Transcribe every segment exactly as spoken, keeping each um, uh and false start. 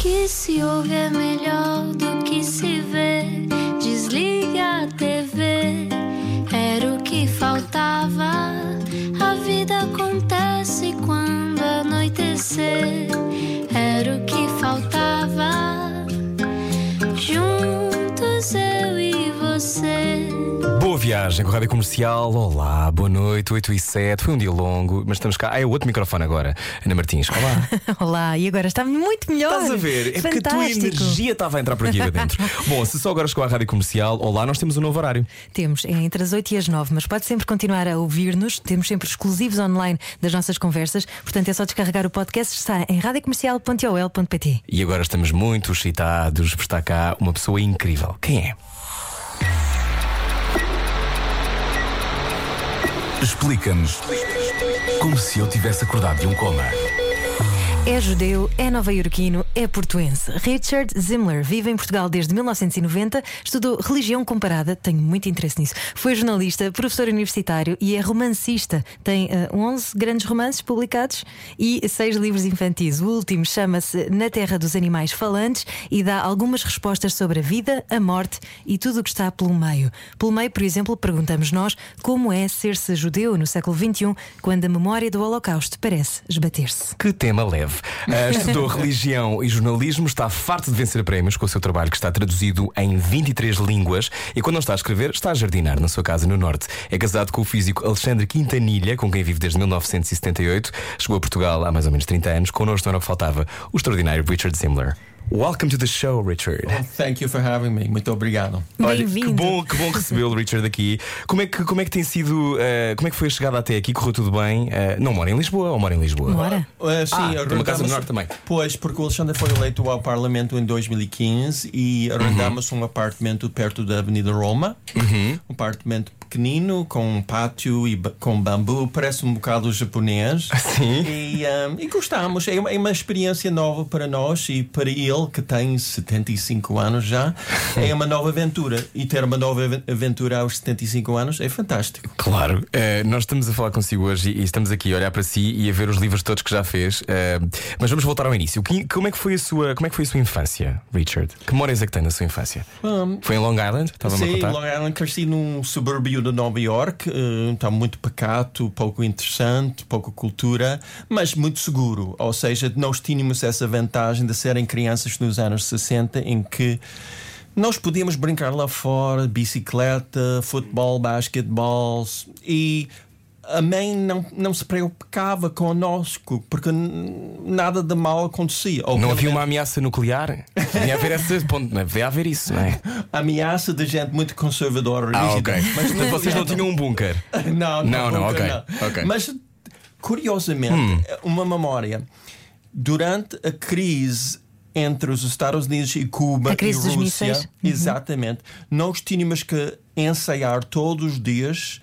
que se ouve é melhor do que se vê. Desliga a T V, era o que faltava. A vida acontece quando anoitecer, era o que faltava. Juntos eu e você. Boa viagem com a Rádio Comercial. Olá, boa noite, oito e sete. Foi um dia longo, mas estamos cá. Ah, é o outro microfone agora. Ana Martins, olá. Olá, e agora está muito melhor. Estás a ver? É porque a tua energia estava a entrar por aqui dentro. Bom, se só agora chegou à Rádio Comercial, olá, nós temos um novo horário. Temos, é entre as oito e as nove, mas pode sempre continuar a ouvir-nos. Temos sempre exclusivos online das nossas conversas. Portanto, é só descarregar o podcast. Está em radiocomercial ponto o l ponto p t. E agora estamos muito excitados por estar cá uma pessoa incrível. Quem é? Explica-nos como se eu tivesse acordado de um coma. É judeu, é nova-iorquino, é portuense. Richard Zimler vive em Portugal desde mil novecentos e noventa, estudou religião comparada, tenho muito interesse nisso. Foi jornalista, professor universitário e é romancista. Tem uh, onze grandes romances publicados e seis livros infantis. O último chama-se Na Terra dos Animais Falantes e dá algumas respostas sobre a vida, a morte e tudo o que está pelo meio. Pelo meio, por exemplo, perguntamos nós como é ser-se judeu no século vinte e um, quando a memória do Holocausto parece esbater-se. Que tema leve. Uh, estudou religião e jornalismo, está farto de vencer prémios com o seu trabalho, que está traduzido em vinte e três línguas. E quando não está a escrever, está a jardinar na sua casa no Norte. É casado com o físico Alexandre Quintanilha, com quem vive desde mil novecentos e setenta e oito. Chegou a Portugal há mais ou menos trinta anos. Connosco não era o que faltava, o extraordinário Richard Zimler. Welcome to the show, Richard. Oh, thank you for having me. Muito obrigado. Olha, que bom, que bom recebê-lo, Richard, aqui. Como é que, como é que tem sido, uh, como é que foi a chegada até aqui? Correu tudo bem? Uh, não mora em Lisboa ou mora em Lisboa? Mora. Uh, sim, ah, tem uma casa no Norte também. Pois, porque o Alexandre foi eleito ao Parlamento em dois mil e quinze e arrendamos uhum. um apartamento perto da Avenida Roma. Uhum. Um apartamento pequenino, com um pátio e com bambu, parece um bocado japonês. Sim. E, um, e gostamos. É uma, é uma experiência nova para nós e para ele, que tem setenta e cinco anos já. É uma nova aventura. E ter uma nova aventura aos setenta e cinco anos é fantástico. Claro. Uh, nós estamos a falar consigo hoje e estamos aqui a olhar para si e a ver os livros todos que já fez. Uh, mas vamos voltar ao início. Como é que foi a sua, como é que foi a sua infância, Richard? Que memórias é que tem na sua infância? Um, foi em Long Island? Estava-me a contar? Sim, Long Island. Cresci num subúrbio de Nova York. Uh, está muito pacato, pouco interessante, pouca cultura, mas muito seguro. Ou seja, nós tínhamos essa vantagem de serem crianças nos anos sessenta, em que nós podíamos brincar lá fora, bicicleta, futebol, basquetebol, e a mãe não, não se preocupava connosco, porque nada de mal acontecia. Ou não havia uma ameaça nuclear? Devia haver, esse ponto, devia haver isso, não é? Ameaça de gente muito conservadora. Ah, ok. Mas não, vocês não tinham um bunker? Não, não, não, bunker, okay. não. ok. Mas, curiosamente, hum. uma memória. Durante a crise entre os Estados Unidos e Cuba e Rússia, uhum. exatamente, nós tínhamos que ensaiar todos os dias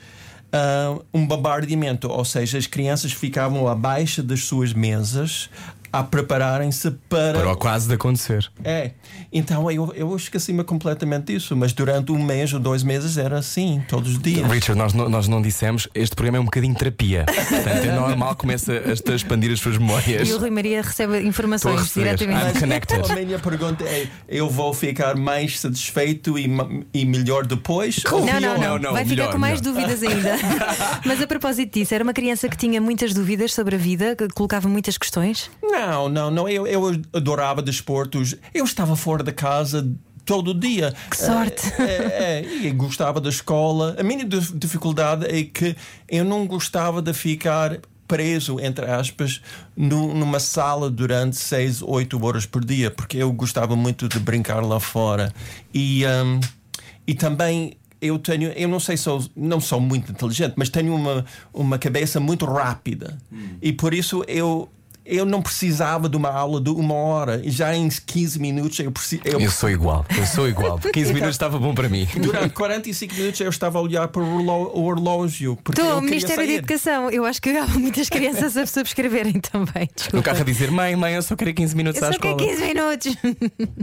uh, um bombardeamento, ou seja, as crianças ficavam abaixo das suas mesas a prepararem-se para... Para o quase de acontecer. É, então eu, eu esqueci-me completamente disso, mas durante um mês ou dois meses era assim, todos os dias. Richard, nós, nós não dissemos, este programa é um bocadinho terapia. Portanto, é normal, começa a expandir as suas memórias. E o Rui Maria recebe informações diretamente. I'm connected. A minha pergunta é: eu vou ficar mais satisfeito e, e melhor depois? Não, não, não, não, não. Vai melhor, ficar com mais melhor. dúvidas ainda. Mas a propósito disso, era uma criança que tinha muitas dúvidas sobre a vida, que colocava muitas questões? Não, não, não. Eu, eu adorava desportos. Eu estava fora da casa todo dia. Que sorte! É, é, é, e gostava da escola. A minha dificuldade é que eu não gostava de ficar preso, entre aspas, no, numa sala durante seis, oito horas por dia, porque eu gostava muito de brincar lá fora. E, um, e também eu tenho, eu não sei, sou, não sou muito inteligente, mas tenho uma, uma cabeça muito rápida. Hum. E por isso eu Eu não precisava de uma aula de uma hora. E já em quinze minutos eu preciso. Eu... eu sou igual, eu sou igual. quinze então, minutos estava bom para mim. Durante quarenta e cinco minutos eu estava a olhar para o, reló- o relógio. Estou, Ministério da Educação. Eu acho que há muitas crianças a subscreverem também. Desculpa. No carro a dizer: mãe, mãe, eu só quero quinze minutos eu à só escola. quero quinze minutos.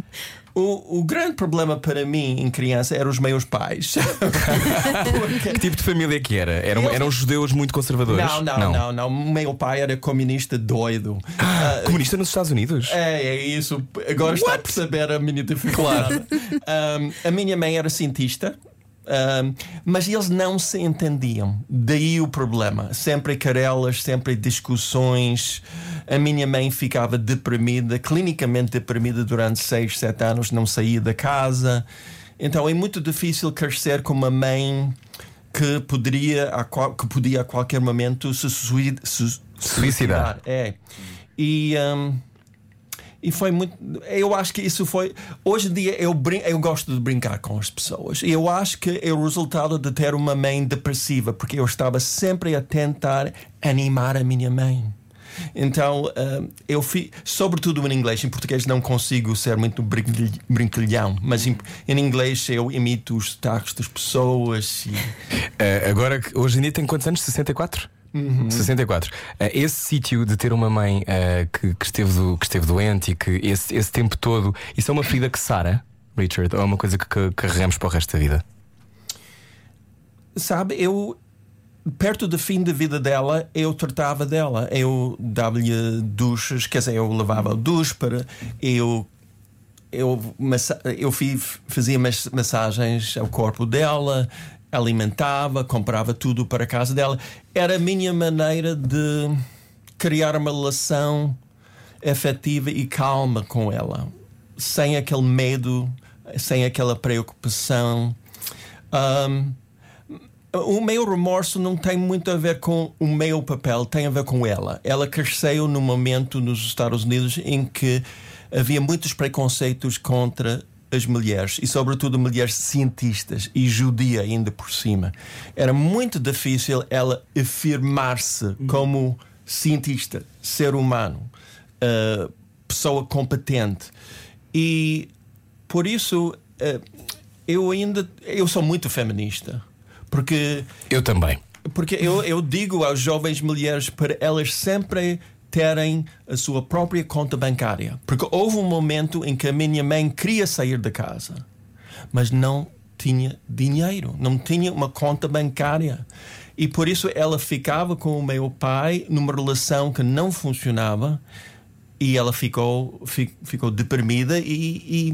O, o grande problema para mim em criança eram os meus pais. Que tipo de família que era? Eram, Eu- eram judeus muito conservadores? Não, não, não, não, não. O meu pai era comunista doido. Ah, Comunista nos Estados Unidos? É, é isso. Agora está a perceber a minha dificuldade. Um, a minha mãe era cientista. Um, mas eles não se entendiam. Daí o problema. Sempre querelas, sempre discussões. A minha mãe ficava deprimida, clinicamente deprimida durante seis, sete anos, não saía da casa. Então é muito difícil crescer com uma mãe que poderia a, qual, que podia a qualquer momento se, sui, se Suicidar. É. E um, E foi muito. Eu acho que isso foi. Hoje em dia eu, brin... eu gosto de brincar com as pessoas. E eu acho que é o resultado de ter uma mãe depressiva, porque eu estava sempre a tentar animar a minha mãe. Então uh, eu fiz, sobretudo em inglês. Em português não consigo ser muito brinquilhão, brincalhão, mas em, em inglês eu imito os sotaques das pessoas. E... Uh, agora, hoje em dia tem quantos anos? sessenta e quatro? Uhum. sessenta e quatro. Uh, esse sítio de ter uma mãe uh, que, que, esteve do, que esteve doente e que esse, esse tempo todo, isso é uma ferida que sara, Richard? Ou é uma coisa que, que carregamos para o resto da vida? Sabe, eu perto do fim da vida dela, eu tratava dela. Eu dava-lhe duches, quer dizer, eu levava o duche para. Eu, eu, massa, eu fiz, fazia massagens ao corpo dela, alimentava, comprava tudo para a casa dela. Era a minha maneira de criar uma relação afetiva e calma com ela, sem aquele medo, sem aquela preocupação. Um, O meu remorso não tem muito a ver com o meu papel, tem a ver com ela. Ela cresceu num momento nos Estados Unidos em que havia muitos preconceitos contra as mulheres, e sobretudo mulheres cientistas, e judia ainda por cima. Era muito difícil ela afirmar-se como cientista, ser humano, uh, pessoa competente. E por isso uh, eu ainda eu sou muito feminista. Porque eu também. Porque eu, eu digo às jovens mulheres para elas sempre terem a sua própria conta bancária. Porque houve um momento em que a minha mãe queria sair da casa, mas não tinha dinheiro, não tinha uma conta bancária. E por isso ela ficava com o meu pai numa relação que não funcionava, e ela ficou, fi, ficou deprimida e... e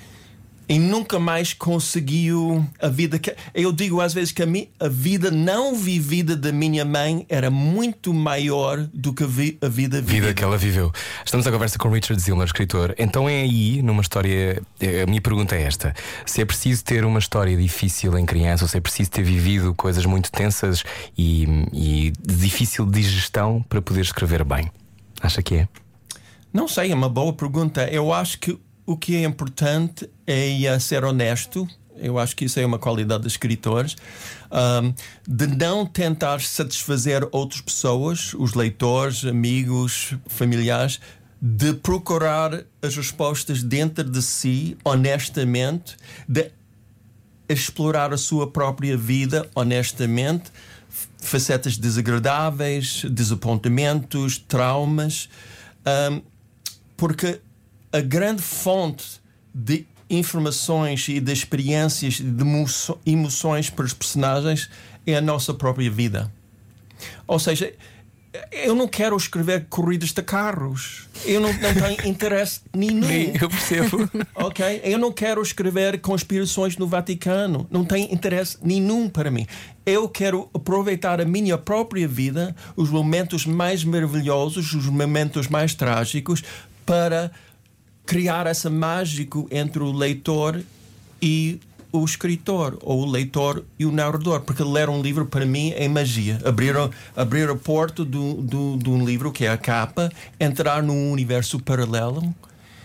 E nunca mais conseguiu a vida que... Eu digo às vezes que a, mi... a vida não vivida da minha mãe era muito maior do que a, vi... a vida vivida. Vida que ela viveu. Estamos à conversa com Richard Zillmer, escritor. Então é aí, numa história... A minha pergunta é esta: se é preciso ter uma história difícil em criança, ou se é preciso ter vivido coisas muito tensas e, e de difícil digestão para poder escrever bem? Acha que é? Não sei, é uma boa pergunta. Eu acho que o que é importante é ser honesto. Eu acho que isso é uma qualidade dos escritores, um, de não tentar satisfazer outras pessoas, os leitores, amigos, familiares, de procurar as respostas dentro de si, honestamente, de explorar a sua própria vida honestamente, facetas desagradáveis, desapontamentos, traumas, um, porque a grande fonte de informações e de experiências e de emoções para os personagens é a nossa própria vida. Ou seja, eu não quero escrever corridas de carros. Eu não, não tenho interesse nenhum. Eu percebo. Ok? Eu não quero escrever conspirações no Vaticano. Não tem interesse nenhum para mim. Eu quero aproveitar a minha própria vida, os momentos mais maravilhosos, os momentos mais trágicos, para criar essa mágico entre o leitor e o escritor, ou o leitor e o narrador. Porque ler um livro para mim é magia. Abrir, abrir a porta do, do, de um livro, que é a capa, entrar num universo paralelo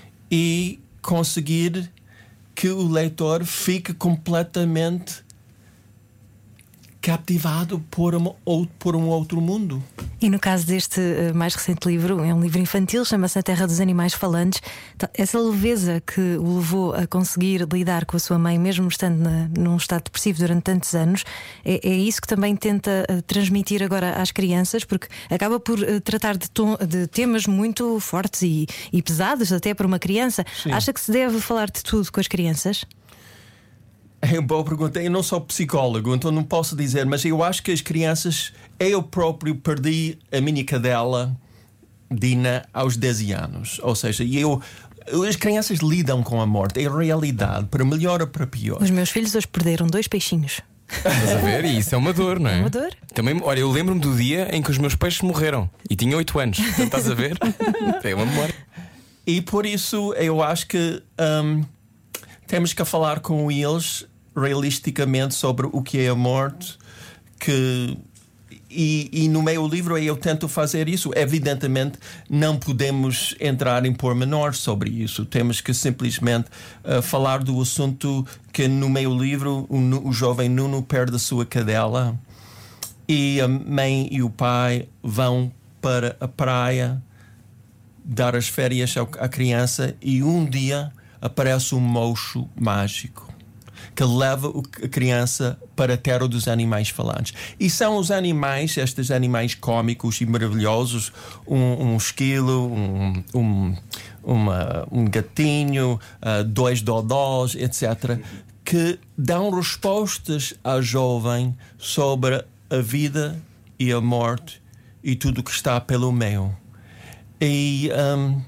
e conseguir que o leitor fique completamente captivado por, uma, ou, por um outro mundo. E no caso deste uh, mais recente livro, é um livro infantil, chama-se A Terra dos Animais Falantes. Essa leveza que o levou a conseguir lidar com a sua mãe, mesmo estando na, num estado depressivo durante tantos anos, é, é isso que também tenta uh, transmitir agora às crianças, porque acaba por uh, tratar de, tom, de temas muito fortes e, e pesados até para uma criança. Sim. Acha que se deve falar de tudo com as crianças? É uma boa pergunta. Eu não sou psicólogo, então não posso dizer, mas eu acho que as crianças, eu próprio perdi a minha cadela Dina aos dez anos. Ou seja, eu, as crianças lidam com a morte, é a realidade, para melhor ou para pior. Os meus filhos hoje perderam dois peixinhos. Estás a ver? E isso é uma dor, não é? É uma dor. Também, olha, eu lembro-me do dia em que os meus peixes morreram e tinha oito anos. Então, estás a ver? É uma memória. E por isso eu acho que um, temos que falar com eles realisticamente sobre o que é a morte. Que, e, e no meu livro eu tento fazer isso. Evidentemente não podemos entrar em pormenores sobre isso. Temos que simplesmente uh, falar do assunto que no meu livro o, o jovem Nuno perde a sua cadela e a mãe e o pai vão para a praia dar as férias à criança e um dia aparece um mocho mágico que leva a criança para a terra dos animais falantes. E são os animais, estes animais cómicos e maravilhosos, um, um esquilo, um, um, uma, um gatinho, uh, dois dodós, etcétera, que dão respostas à jovem sobre a vida e a morte e tudo o que está pelo meio. E um,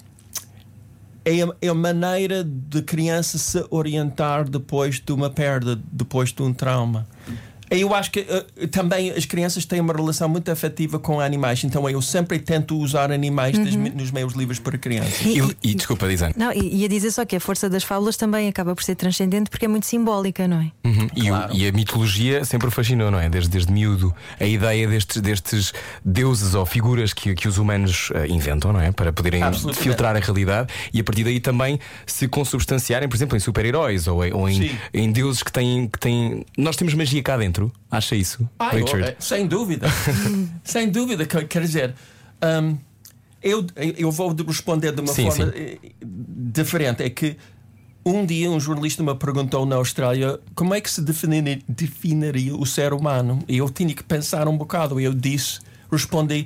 é, a, é a maneira de criança se orientar depois de uma perda, depois de um trauma. Eu acho que uh, também as crianças têm uma relação muito afetiva com animais, então eu sempre tento usar animais uhum. das, nos meus livros para crianças. E, e, e desculpa, Dizane. Não, e ia dizer só que a força das fábulas também acaba por ser transcendente porque é muito simbólica, não é? Uhum. Claro. E, o, e a mitologia sempre fascinou, não é? Desde, desde miúdo, a ideia destes, destes deuses ou figuras que, que os humanos uh, inventam, não é? Para poderem filtrar a realidade e a partir daí também se consubstanciarem, por exemplo, em super-heróis ou, ou em, em deuses que têm, que têm. Nós temos magia cá dentro. Acha isso, ah, Richard? Eu, sem dúvida. Sem dúvida. Quer dizer, um, eu, eu vou responder de uma sim, forma sim. diferente. É que um dia um jornalista me perguntou na Austrália como é que se definiria, definiria o ser humano. E eu tinha que pensar um bocado. E eu disse, respondi: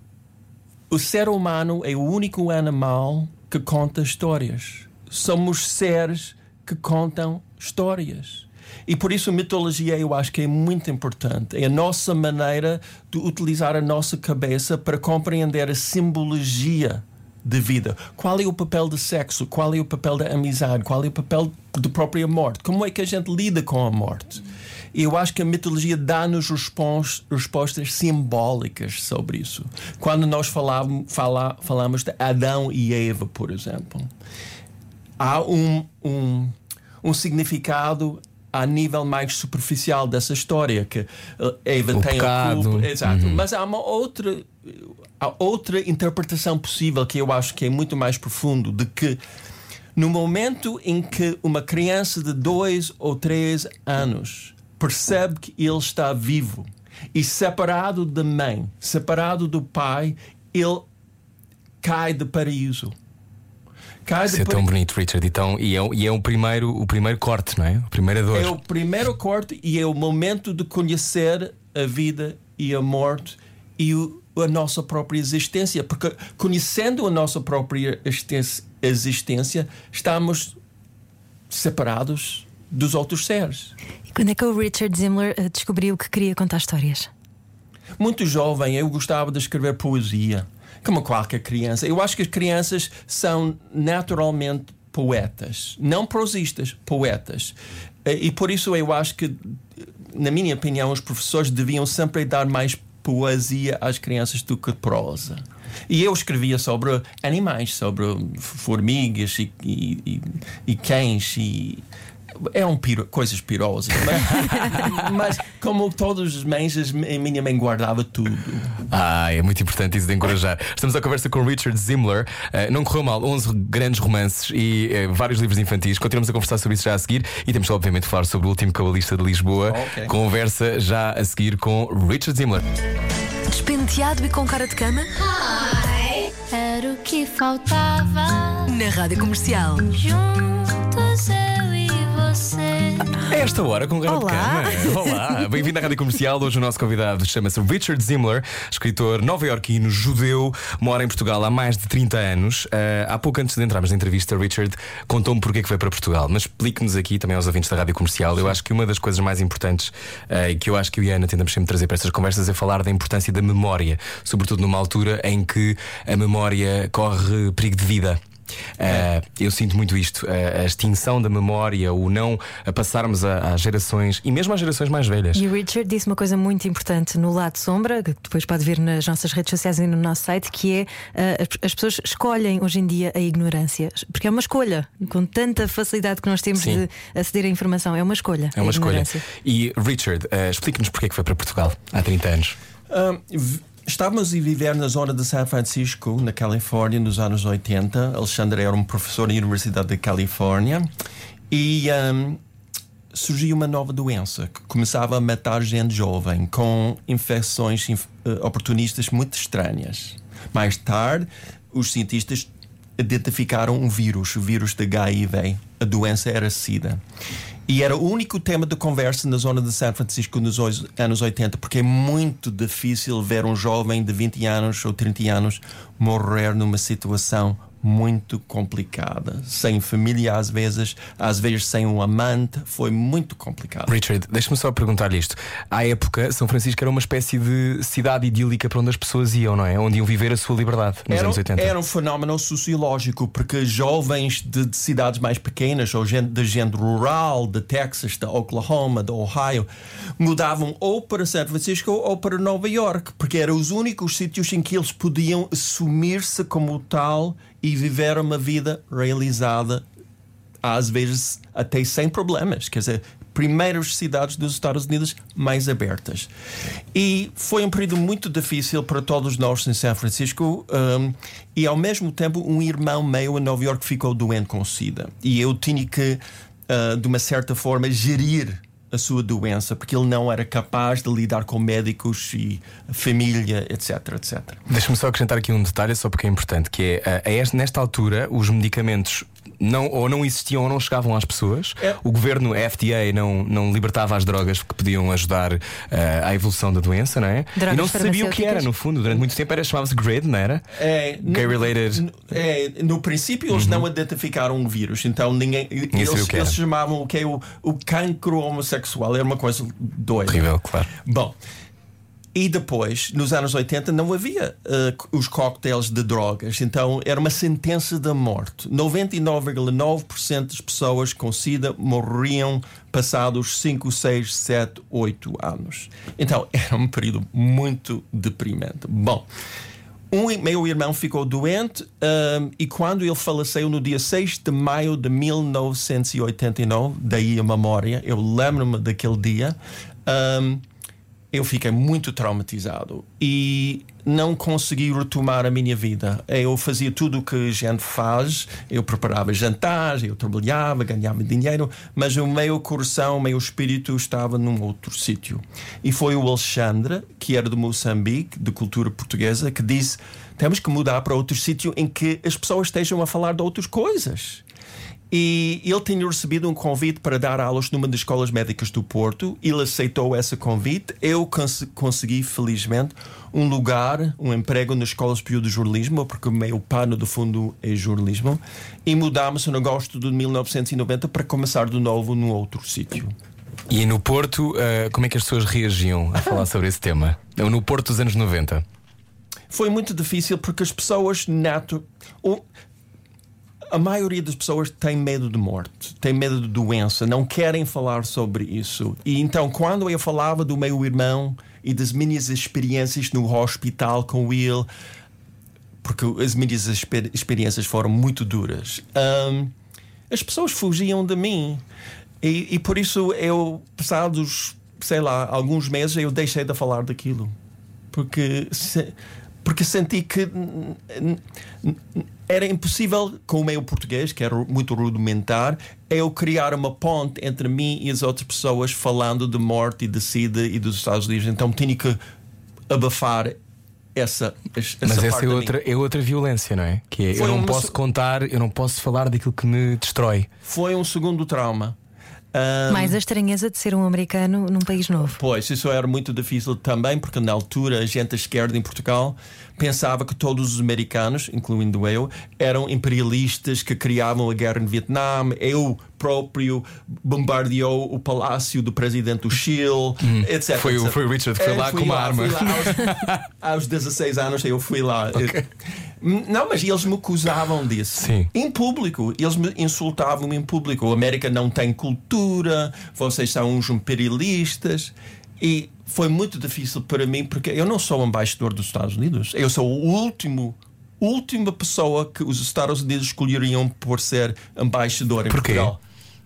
o ser humano é o único animal que conta histórias. Somos seres que contam histórias. E por isso a mitologia eu acho que é muito importante. É a nossa maneira de utilizar a nossa cabeça para compreender a simbologia de vida. Qual é o papel do sexo? Qual é o papel da amizade? Qual é o papel da própria morte? Como é que a gente lida com a morte? E eu acho que a mitologia dá-nos respons- respostas simbólicas sobre isso. Quando nós falamos, fala, falamos de Adão e Eva, por exemplo, há um, um, um significado a nível mais superficial dessa história, que Eva o tem pecado. a culpa, exato. Uhum. Mas há uma outra, há outra interpretação possível que eu acho que é muito mais profundo, de que no momento em que uma criança de dois ou três anos percebe que ele está vivo e separado da mãe, separado do pai, ele cai do paraíso. Isso é tão bonito, Richard. Então, e é, e é o, primeiro, o primeiro corte, não é? A primeira dor. É o primeiro corte e é o momento de conhecer a vida e a morte e o, a nossa própria existência. Porque conhecendo a nossa própria existência, estamos separados dos outros seres. E quando é que o Richard Zimler descobriu que queria contar histórias? Muito jovem, eu gostava de escrever poesia. Como qualquer criança. Eu acho que as crianças são naturalmente poetas. Não prosistas, poetas. E por isso eu acho que, na minha opinião, os professores deviam sempre dar mais poesia às crianças do que prosa. E eu escrevia sobre animais, sobre formigas e, e, e, e cães e, Eram piro, coisas pirosas, mas, mas como todos os mães, a minha mãe guardava tudo. Ah, é muito importante isso de encorajar. Estamos à conversa com Richard Zimmler. uh, Não correu mal, onze grandes romances e uh, vários livros infantis. Continuamos a conversar sobre isso já a seguir. E temos obviamente de falar sobre o último cabalista de Lisboa. Okay. Conversa já a seguir com Richard Zimmler. Despenteado e com cara de cama? Hi. Era o que faltava. Na Rádio Comercial. Juntos eu e você. A esta hora com cara Olá. de cama. Olá, bem-vindo à Rádio Comercial. Hoje o nosso convidado chama-se Richard Zimmler, escritor nova-iorquino, judeu, mora em Portugal há mais de trinta anos. uh, Há pouco antes de entrarmos na entrevista, Richard contou-me porque é que veio para Portugal. Mas explique-nos aqui também aos ouvintes da Rádio Comercial. Eu acho que uma das coisas mais importantes uh, e que eu acho que eu e a Ana tentamos sempre trazer para estas conversas é falar da importância da memória, sobretudo numa altura em que a memória corre perigo de vida. Uh, eu sinto muito isto, uh, a extinção da memória, o não a passarmos a- às gerações e mesmo às gerações mais velhas. E o Richard disse uma coisa muito importante no lado sombra, que depois pode ver nas nossas redes sociais e no nosso site, que é uh, as- as pessoas escolhem hoje em dia a ignorância, porque é uma escolha, com tanta facilidade que nós temos Sim. de aceder à informação. É uma escolha. É uma a escolha. ignorância. E Richard, uh, explique-nos porque é que foi para Portugal há trinta anos. Um, v- Estávamos a viver na zona de São Francisco, na Califórnia, nos anos oitenta. Alexandre era um professor na Universidade da Califórnia e um, surgiu uma nova doença que começava a matar gente jovem com infecções inf- uh, oportunistas muito estranhas. Mais tarde, os cientistas identificaram um vírus, o vírus de H I V. A doença era SIDA. E era o único tema de conversa na zona de São Francisco nos ois- anos oitenta, porque é muito difícil ver um jovem de vinte anos ou trinta anos morrer numa situação muito complicada. Sem família, às vezes, às vezes sem um amante. Foi muito complicado. Richard, deixa-me só perguntar-lhe isto. À época, São Francisco era uma espécie de cidade idílica para onde as pessoas iam, não é? Onde iam viver a sua liberdade nos Era, anos oitenta. era um fenómeno sociológico, porque jovens de, de cidades mais pequenas, ou gente, de gente rural, de Texas, de Oklahoma, de Ohio, mudavam ou para São Francisco ou para Nova York, porque eram os únicos sítios em que eles podiam assumir-se como tal e viver uma vida realizada, às vezes até sem problemas. Quer dizer, primeiras cidades dos Estados Unidos mais abertas. E foi um período muito difícil para todos nós em São Francisco, um, e ao mesmo tempo um irmão meu em Nova York ficou doente com SIDA. E eu tinha que, uh, de uma certa forma, gerir a sua doença, porque ele não era capaz de lidar com médicos e família, etc, etcétera. Deixa-me só acrescentar aqui um detalhe, só porque é importante, que é, a este, nesta altura, os medicamentos não, ou não existiam ou não chegavam às pessoas. É. O governo, a F D A, não, não libertava as drogas que podiam ajudar uh, à evolução da doença, não é? Drogas E não se sabia o que era, farmacêuticas. no fundo. Durante muito tempo era, chamava-se GRID, não era? É, no- Gay-related. no- é, no princípio eles não identificaram um vírus, então ninguém. sabia Eles, o que era. eles chamavam o que é o, o cancro homossexual, era uma coisa doida. Horrível, claro. Bom, e depois, nos anos oitenta, não havia uh, os cocktails de drogas, então era uma sentença de morte. noventa e nove vírgula nove por cento das pessoas com SIDA morriam passados cinco, seis, sete, oito anos. Então era um período muito deprimente. Bom, um meu irmão ficou doente, um, e quando ele faleceu no dia seis de maio de mil novecentos e oitenta e nove, daí a memória, eu lembro-me daquele dia, um, eu fiquei muito traumatizado e não consegui retomar a minha vida. Eu fazia tudo o que a gente faz, eu preparava jantares, eu trabalhava, ganhava dinheiro, mas o meu coração, o meu espírito estava num outro sítio. E foi o Alexandre, que era de Moçambique, de cultura portuguesa, que disse: temos que mudar para outro sítio em que as pessoas estejam a falar de outras coisas. E ele tinha recebido um convite para dar aulas numa das escolas médicas do Porto. Ele aceitou esse convite. Eu cons- consegui, felizmente, um lugar, um emprego na Escola Superior de Jornalismo, porque o meu pano do fundo é jornalismo. E mudámos em agosto de mil novecentos e noventa para começar de novo num outro sítio. E no Porto, uh, como é que as pessoas reagiam a falar sobre esse tema? No Porto dos anos noventa. Foi muito difícil porque as pessoas nato... o- A maioria das pessoas tem medo de morte, tem medo de doença, não querem falar sobre isso. E então, quando eu falava do meu irmão e das minhas experiências no hospital com ele, porque as minhas exper- experiências foram muito duras, hum, as pessoas fugiam de mim. E, e por isso eu, passados, sei lá, alguns meses, eu deixei de falar daquilo. Porque, se, porque senti que era impossível, com o meio português, que era muito rudimentar, eu criar uma ponte entre mim e as outras pessoas falando de morte e de SIDA e dos Estados Unidos. Então tinha que abafar essa, essa Mas parte essa é outra, é outra violência, não é? Que é, eu não uma posso se- contar, eu não posso falar daquilo que me destrói. Foi um segundo trauma. Um, Mais a estranheza de ser um americano num país novo. Pois, isso era muito difícil também, porque na altura a gente da esquerda em Portugal pensava que todos os americanos, incluindo eu, eram imperialistas que criavam a guerra no Vietnã. Eu próprio bombardeou o palácio do presidente do Chile, hum, etcétera. Foi, etcétera. foi o Richard que foi É, lá fui com uma lá, arma. fui lá aos, aos dezasseis anos eu fui lá. Okay. Não, mas eles me acusavam disso. Sim. Em público. Eles me insultavam em público. A América não tem cultura, vocês são uns imperialistas. E foi muito difícil para mim, porque eu não sou embaixador dos Estados Unidos. Eu sou o último, última pessoa que os Estados Unidos escolheriam por ser embaixador em Porquê? Portugal.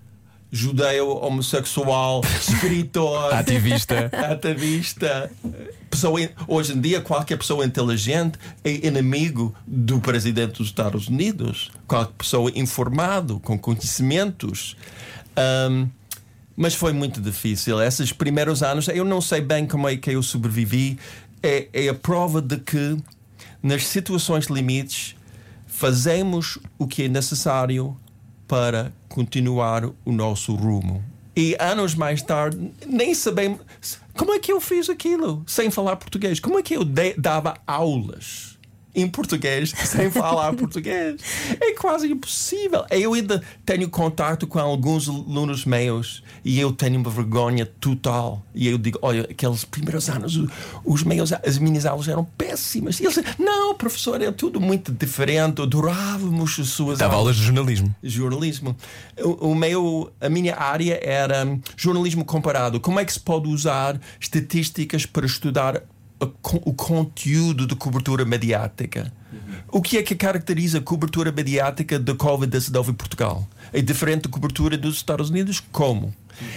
Judeu, homossexual, escritor, Ativista. ativista. Pessoa, hoje em dia, qualquer pessoa inteligente é inimigo do presidente dos Estados Unidos. Qualquer pessoa informada, com conhecimentos. Um, mas foi muito difícil. Esses primeiros anos, eu não sei bem como é que eu sobrevivi. É, é a prova de que, nas situações limites, fazemos o que é necessário para continuar o nosso rumo. E anos mais tarde, nem sabemos como é que eu fiz aquilo sem falar português. Como é que eu de- dava aulas em português sem falar português? É quase impossível. Eu ainda tenho contato com alguns alunos meus e eu tenho uma vergonha total. E eu digo, olha, aqueles primeiros anos, os meus, as minhas aulas eram péssimas. E eles dizem, não, professor, é tudo muito diferente. Adorávamos as suas Dava aulas de jornalismo. jornalismo. O, o meu, a minha área era jornalismo comparado. Como é que se pode usar estatísticas para estudar a, o conteúdo de cobertura mediática? O que é que caracteriza a cobertura mediática da covid dezenove em Portugal? É diferente da cobertura dos Estados Unidos? Como?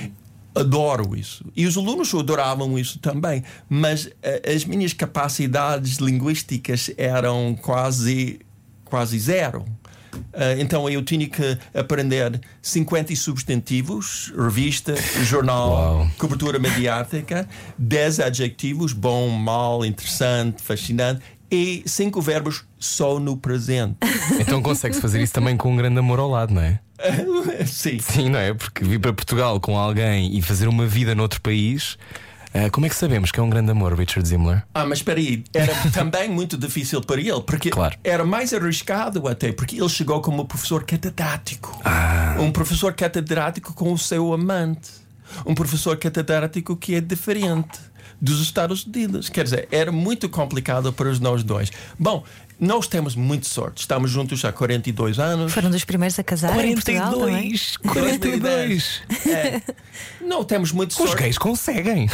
Adoro isso. E os alunos adoravam isso também. Mas uh, as minhas capacidades linguísticas eram quase, quase zero. Uh, então eu tinha que aprender cinquenta substantivos, revista, jornal, Uau. cobertura mediática, dez adjetivos, bom, mal, interessante, fascinante, e cinco verbos só no presente. Então consegue-se fazer isso também com um grande amor ao lado, não é? Sim. Sim, não é? Porque vir para Portugal com alguém e fazer uma vida noutro país, uh, como é que sabemos que é um grande amor, Richard Zimler? Ah, mas espera aí, era também muito difícil para ele, porque Claro. era mais arriscado até, porque ele chegou como professor catedrático. Ah. Um professor catedrático com o seu amante. Um professor catedrático que é diferente dos Estados Unidos. Quer dizer, era muito complicado para os nós dois. Bom, nós temos muita sorte. Estamos juntos há quarenta e dois anos. Foram dos primeiros a casar em Portugal também. quarenta e dois. É. Não temos muita Os sorte. gays conseguem.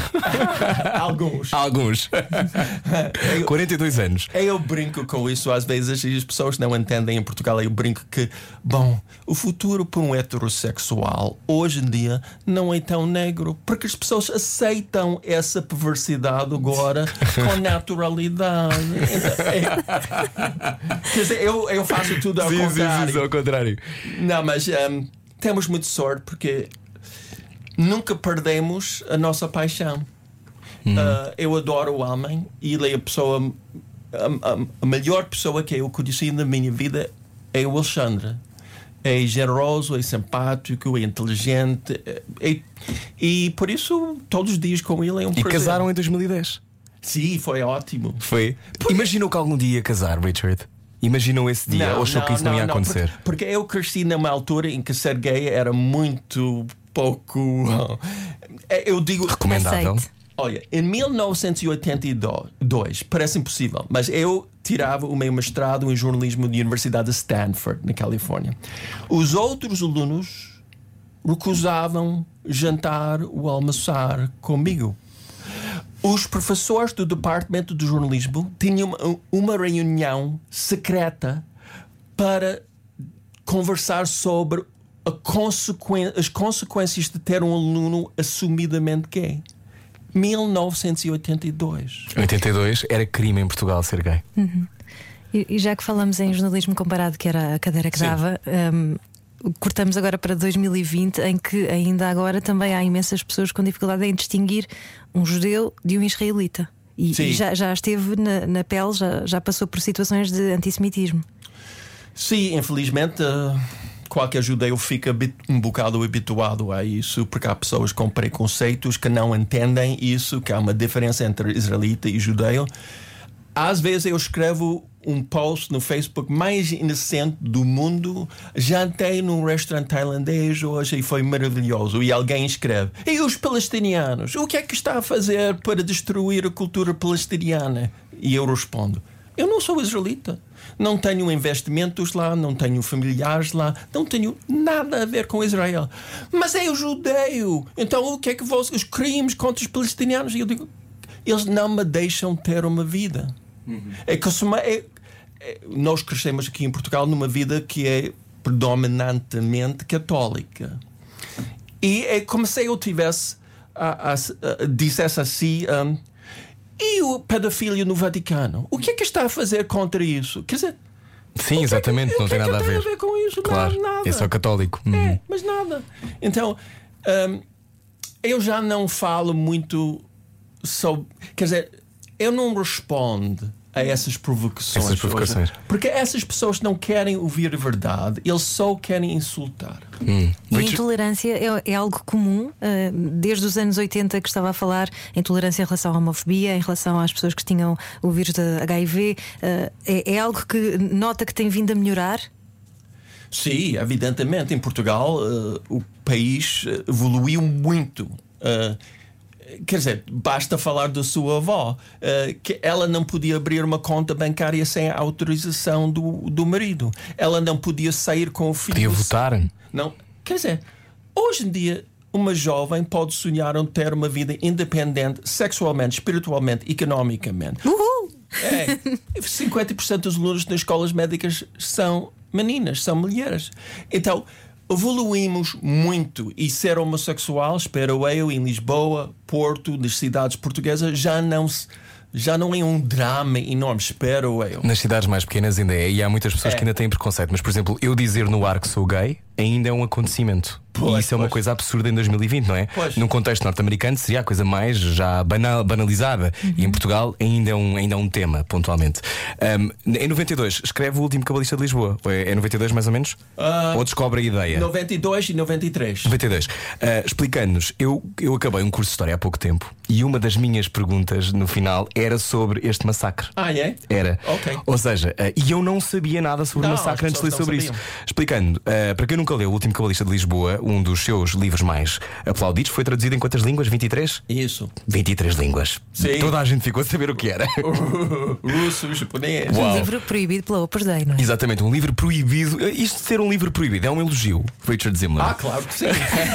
Alguns. Alguns. quarenta e dois anos. Eu brinco com isso às vezes e as pessoas não entendem em Portugal. Eu brinco que, bom, o futuro para um heterossexual hoje em dia não é tão negro, porque as pessoas aceitam essa perversidade agora com naturalidade. Então, é, quer dizer, eu, eu faço tudo ao Sim, sim, contrário. sim, ao contrário. Não, mas um, temos muita sorte porque nunca perdemos a nossa paixão. Uhum. Uh, eu adoro o homem e ele é a pessoa, a, a, a melhor pessoa que eu conheci na minha vida é o Alexandre. É generoso, é simpático, é inteligente é, e por isso todos os dias com ele é um E prazer. casaram em dois mil e dez. Sim, foi ótimo. Foi. Imaginou que algum dia ia casar, Richard? Imaginou esse dia? Ou achou que isso não, ia acontecer? Porque, porque eu cresci numa altura em que ser gay era muito pouco. Eu digo. Recomendável. Aceite. Olha, em mil novecentos e oitenta e dois, parece impossível, mas eu tirava o meu mestrado em jornalismo da Universidade de Stanford, na Califórnia. Os outros alunos recusavam jantar ou almoçar comigo. Os professores do departamento de jornalismo tinham uma, uma reunião secreta para conversar sobre a consequen- as consequências de ter um aluno assumidamente gay. mil novecentos e oitenta e dois. oitenta e dois era crime em Portugal ser gay. Uhum. E, e já que falamos em jornalismo comparado, que era a cadeira que Sim. dava, um, cortamos agora para dois mil e vinte, em que ainda agora também há imensas pessoas com dificuldade em distinguir um judeu de um israelita. E, e já, já esteve na, na pele, já, já passou por situações de antissemitismo. Sim, infelizmente uh, qualquer judeu fica um bocado habituado a isso, porque há pessoas com preconceitos que não entendem isso, que há uma diferença entre israelita e judeu. Às vezes eu escrevo um post no Facebook mais inocente do mundo. Jantei num restaurante tailandês hoje e foi maravilhoso. E alguém escreve: e os palestinianos? O que é que está a fazer para destruir a cultura palestiniana? E eu respondo: eu não sou israelita, não tenho investimentos lá, não tenho familiares lá, não tenho nada a ver com Israel. Mas é o judeu, então o que é que vocês, os crimes contra os palestinianos? E eu digo: eles não me deixam ter uma vida. Uhum. É que é, é, nós crescemos aqui em Portugal numa vida que é predominantemente católica. E é como se eu tivesse a, a, a, dissesse assim: um, e o pedofilia no Vaticano? O que é que está a fazer contra isso? Quer dizer, sim, exatamente, que, não tem que nada é a ver. a ver com isso? Claro, não, nada. É só católico. É, Uhum. mas nada. Então, um, eu já não falo muito sobre. Quer dizer, eu não respondo a essas provocações. Essas provocações. Hoje, porque essas pessoas não querem ouvir a verdade, eles só querem insultar. Hum. E a intolerância é, é algo comum, uh, desde os anos oitenta que estava a falar, a intolerância em relação à homofobia, em relação às pessoas que tinham o vírus da H I V. Uh, é, é algo que nota que tem vindo a melhorar? Sim, evidentemente. Em Portugal, uh, o país evoluiu muito. Uh, Quer dizer, basta falar da sua avó, uh, que ela não podia abrir uma conta bancária sem a autorização do, do marido. Ela não podia sair com o filho. Podia votar. Não. Quer dizer, hoje em dia, uma jovem pode sonhar em ter uma vida independente, sexualmente, espiritualmente, economicamente. Uhul! É. cinquenta por cento dos alunos nas escolas médicas são meninas, são mulheres. Então, evoluímos muito, e ser homossexual, espero eu, em Lisboa, Porto, nas cidades portuguesas, já não, já não é um drama enorme, espero eu. Nas cidades mais pequenas ainda é, e há muitas pessoas É. que ainda têm preconceito. Mas, por exemplo, eu dizer no ar que sou gay ainda é um acontecimento. Pois, e isso é uma pois. coisa absurda em dois mil e vinte, não é? Pois. Num contexto norte-americano seria a coisa mais já banal, banalizada. Uhum. E em Portugal ainda é um, ainda é um tema, pontualmente. Um, em noventa e dois, escreve O Último Cabalista de Lisboa. É, é noventa e dois mais ou menos? Ah, Ou descobre a ideia? noventa e dois e noventa e três. noventa e dois. Uh, Explicando-nos, eu, eu acabei um curso de História há pouco tempo e uma das minhas perguntas no final era sobre este massacre. Ah, é? Era. Ok. Ou seja, uh, e eu não sabia nada sobre Não, o massacre as antes de ler pessoas sobre não isso. sabiam. Explicando, uh, para quem nunca leu O Último Cabalista de Lisboa, um dos seus livros mais aplaudidos, foi traduzido em quantas línguas? vinte e três? Isso. vinte e três línguas. Sim. Toda a gente ficou a saber o que era. Russo, japonês. Uau. Um livro proibido pela Opus Dei, não é? Exatamente, um livro proibido. Isto de ser um livro proibido é um elogio, Richard Zimmer. Ah, claro que sim.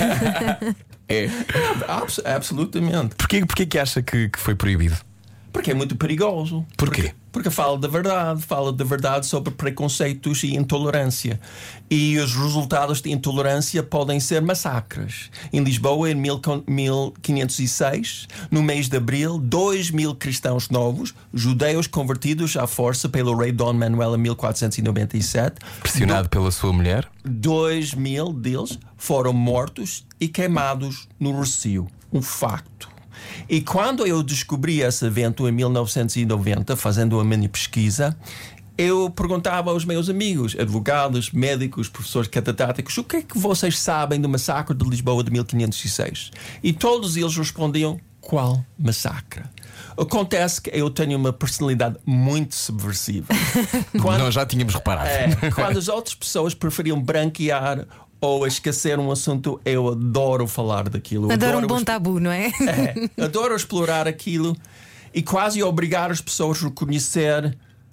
É. Abs- absolutamente. Porquê, porquê que acha que, que foi proibido? Porque é muito perigoso. Porquê? Porque, porque fala da verdade, fala da verdade sobre preconceitos e intolerância. E os resultados de intolerância podem ser massacres. Em Lisboa, em mil quinhentos e seis, no mês de abril, dois mil cristãos novos, judeus convertidos à força pelo rei Dom Manuel em mil quatrocentos e noventa e sete, Pressionado pela sua mulher? dois mil deles foram mortos e queimados no Rossio. Um facto. E quando eu descobri esse evento em mil novecentos e noventa, fazendo uma mini pesquisa, eu perguntava aos meus amigos, advogados, médicos, professores catedráticos, o que é que vocês sabem do massacre de Lisboa de mil quinhentos e seis? E todos eles respondiam: qual massacre? Acontece que eu tenho uma personalidade muito subversiva. Quando, Nós já tínhamos reparado. é, quando as outras pessoas preferiam branquear ou esquecer um assunto, eu adoro falar daquilo. Adoro um bom exp- tabu, não é? é, adoro explorar aquilo e quase obrigar as pessoas a reconhecer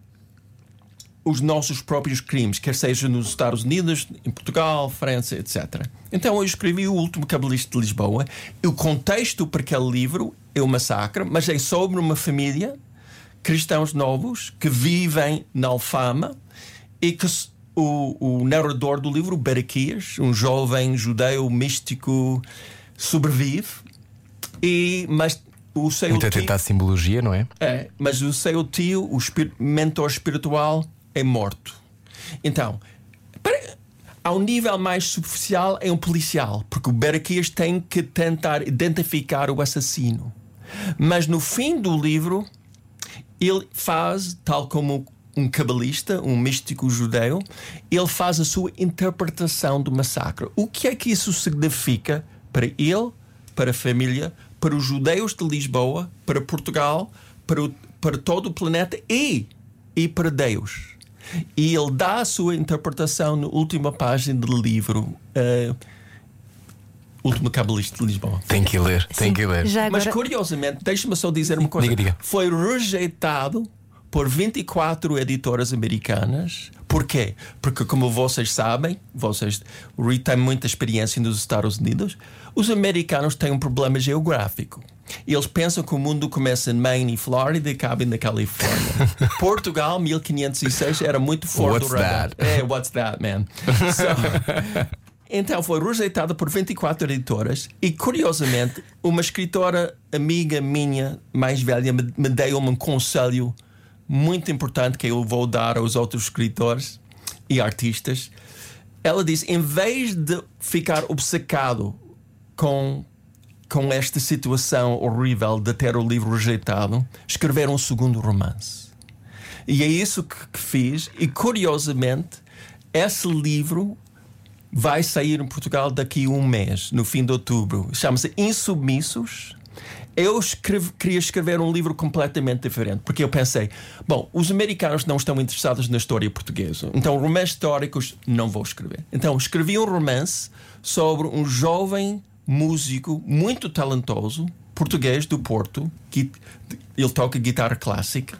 os nossos próprios crimes, quer seja nos Estados Unidos, em Portugal, França, etcétera. Então eu escrevi O Último Cabalista de Lisboa. O contexto para aquele livro é o massacre, mas é sobre uma família, cristãos novos, que vivem na Alfama e que o, o narrador do livro, Berequias, um jovem judeu místico, sobrevive, e, mas o seu Muito tio, atento à simbologia, não é? é, mas o seu tio, o espir, mentor espiritual, é morto. Então, para, ao nível mais superficial, é um policial, porque o Berequias tem que tentar identificar o assassino. Mas no fim do livro, ele faz, tal como um cabalista, um místico judeu, ele faz a sua interpretação do massacre. O que é que isso significa para ele, para a família, para os judeus de Lisboa, para Portugal, para, o, para todo o planeta e, e para Deus? E ele dá a sua interpretação na última página do livro, uh, Último Cabalista de Lisboa. Tem que ler, tem Sim, que ler. já Mas agora... curiosamente, deixa-me só dizer uma coisa. Diga, diga. Foi rejeitado por vinte e quatro editoras americanas. Porquê? Porque, como vocês sabem, vocês, o Reed tem muita experiência nos Estados Unidos, os americanos têm um problema geográfico. Eles pensam que o mundo começa em Maine e Flórida e acaba na Califórnia. Portugal, mil quinhentos e seis, era muito fora What's do radar. that? É, what's that, man? So, então foi rejeitada por vinte e quatro editoras e, curiosamente, uma escritora amiga minha, mais velha, me, me deu um conselho muito importante que eu vou dar aos outros escritores e artistas. Ela disse: em vez de ficar obcecado com, com esta situação horrível de ter o livro rejeitado, escrever um segundo romance. E é isso que, que fiz. E, curiosamente, esse livro vai sair em Portugal daqui a um mês, no fim de outubro. Chama-se Insubmissos. Eu escrevo, queria escrever um livro completamente diferente, porque eu pensei, bom, os americanos não estão interessados na história portuguesa, então romances históricos não vou escrever. Então escrevi um romance sobre um jovem músico muito talentoso, português do Porto, que ele toca guitarra clássica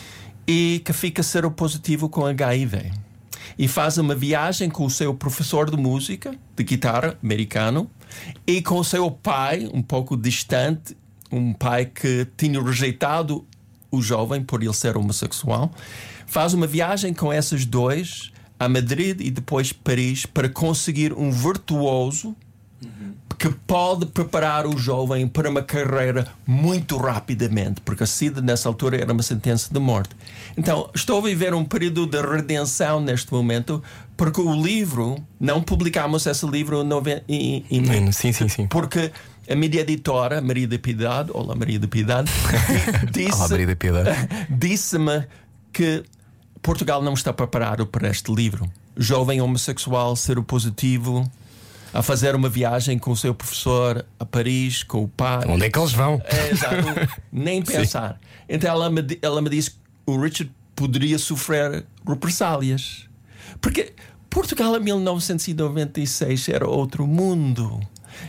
e que fica seropositivo com H I V. E faz uma viagem com o seu professor de música, de guitarra, americano, e com o seu pai, um pouco distante, um pai que tinha rejeitado o jovem por ele ser homossexual. Faz uma viagem com esses dois a Madrid e depois Paris para conseguir um virtuoso que pode preparar o jovem para uma carreira muito rapidamente, porque a SIDA nessa altura era uma sentença de morte. Então estou a viver um período de redenção neste momento, porque o livro, não publicamos esse livro em, em, sim, sim, sim. porque a minha editora, Maria da Piedade, olá Maria da Piedade, disse, olá, Maria da Piedade, disse-me que Portugal não está preparado para este livro. Jovem homossexual, seropositivo, a fazer uma viagem com o seu professor a Paris, com o pai. Onde é que eles vão? É, exato, nem pensar. Sim. Então ela me, ela me disse que o Richard poderia sofrer represálias, porque Portugal em mil novecentos e noventa e seis era outro mundo.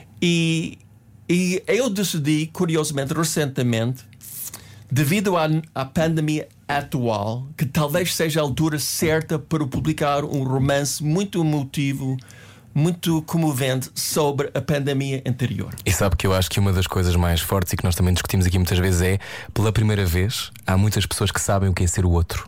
E, e eu decidi, curiosamente, recentemente, devido à, à pandemia atual, que talvez seja a altura certa para publicar um romance muito emotivo, muito comovente sobre a pandemia anterior. E sabe que eu acho que uma das coisas mais fortes e que nós também discutimos aqui muitas vezes é, pela primeira vez, há muitas pessoas que sabem o que é ser o outro.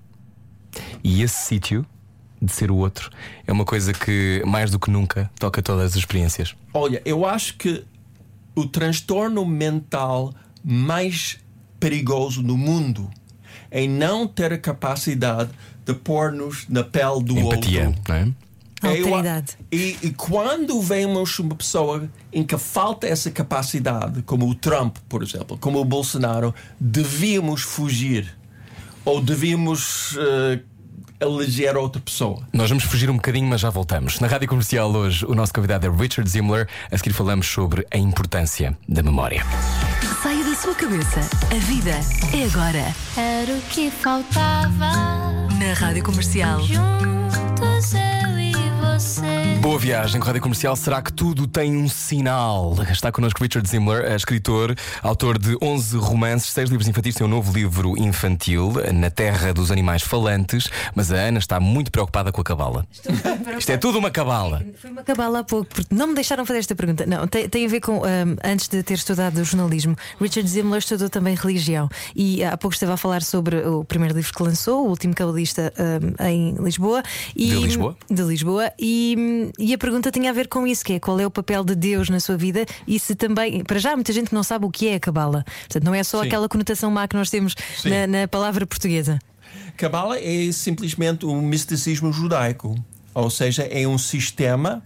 E esse sítio de ser o outro é uma coisa que, mais do que nunca, toca todas as experiências. Olha, eu acho que o transtorno mental mais perigoso no mundo é não ter a capacidade de pôr-nos na pele do Empatia, outro. não é? Alteridade. Eu, e, e quando vemos uma pessoa em que falta essa capacidade, como o Trump, por exemplo, como o Bolsonaro, devíamos fugir ou devíamos uh, eleger outra pessoa. Nós vamos fugir um bocadinho, mas já voltamos. Na Rádio Comercial hoje, o nosso convidado é Richard Zimmler. A seguir falamos sobre a importância da memória. Saia da sua cabeça. A vida é agora. Era o que faltava. Na Rádio Comercial. Juntos eu e você. Boa viagem com a Rádio Comercial. Será que tudo tem um sinal? Está connosco Richard Zimler, escritor, autor de onze romances, seis livros infantis. Tem um novo livro infantil, Na Terra dos Animais Falantes. Mas a Ana está muito preocupada com a cabala. Isto é tudo uma cabala. Foi uma cabala há pouco, porque não me deixaram fazer esta pergunta. Não, tem, tem a ver com, um, antes de ter estudado jornalismo, Richard Zimler estudou também religião. E há pouco esteve a falar sobre o primeiro livro que lançou, O Último Cabalista, um, em Lisboa. E, de Lisboa? De Lisboa. E, e a pergunta tinha a ver com isso, que é qual é o papel de Deus na sua vida. E se também, para já, muita gente não sabe o que é a cabala. Portanto, não é só Sim. aquela conotação má que nós temos na, na palavra portuguesa. Cabala é simplesmente um misticismo judaico, ou seja, é um sistema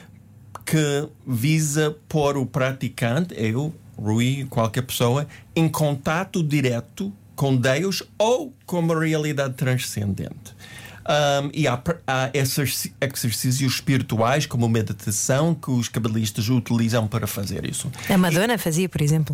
que visa pôr o praticante, eu, Rui, qualquer pessoa, em contato direto com Deus ou com uma realidade transcendente. Um, e há, há esses exercícios espirituais, como meditação, que os cabalistas utilizam para fazer isso. A Madonna e, fazia, por exemplo.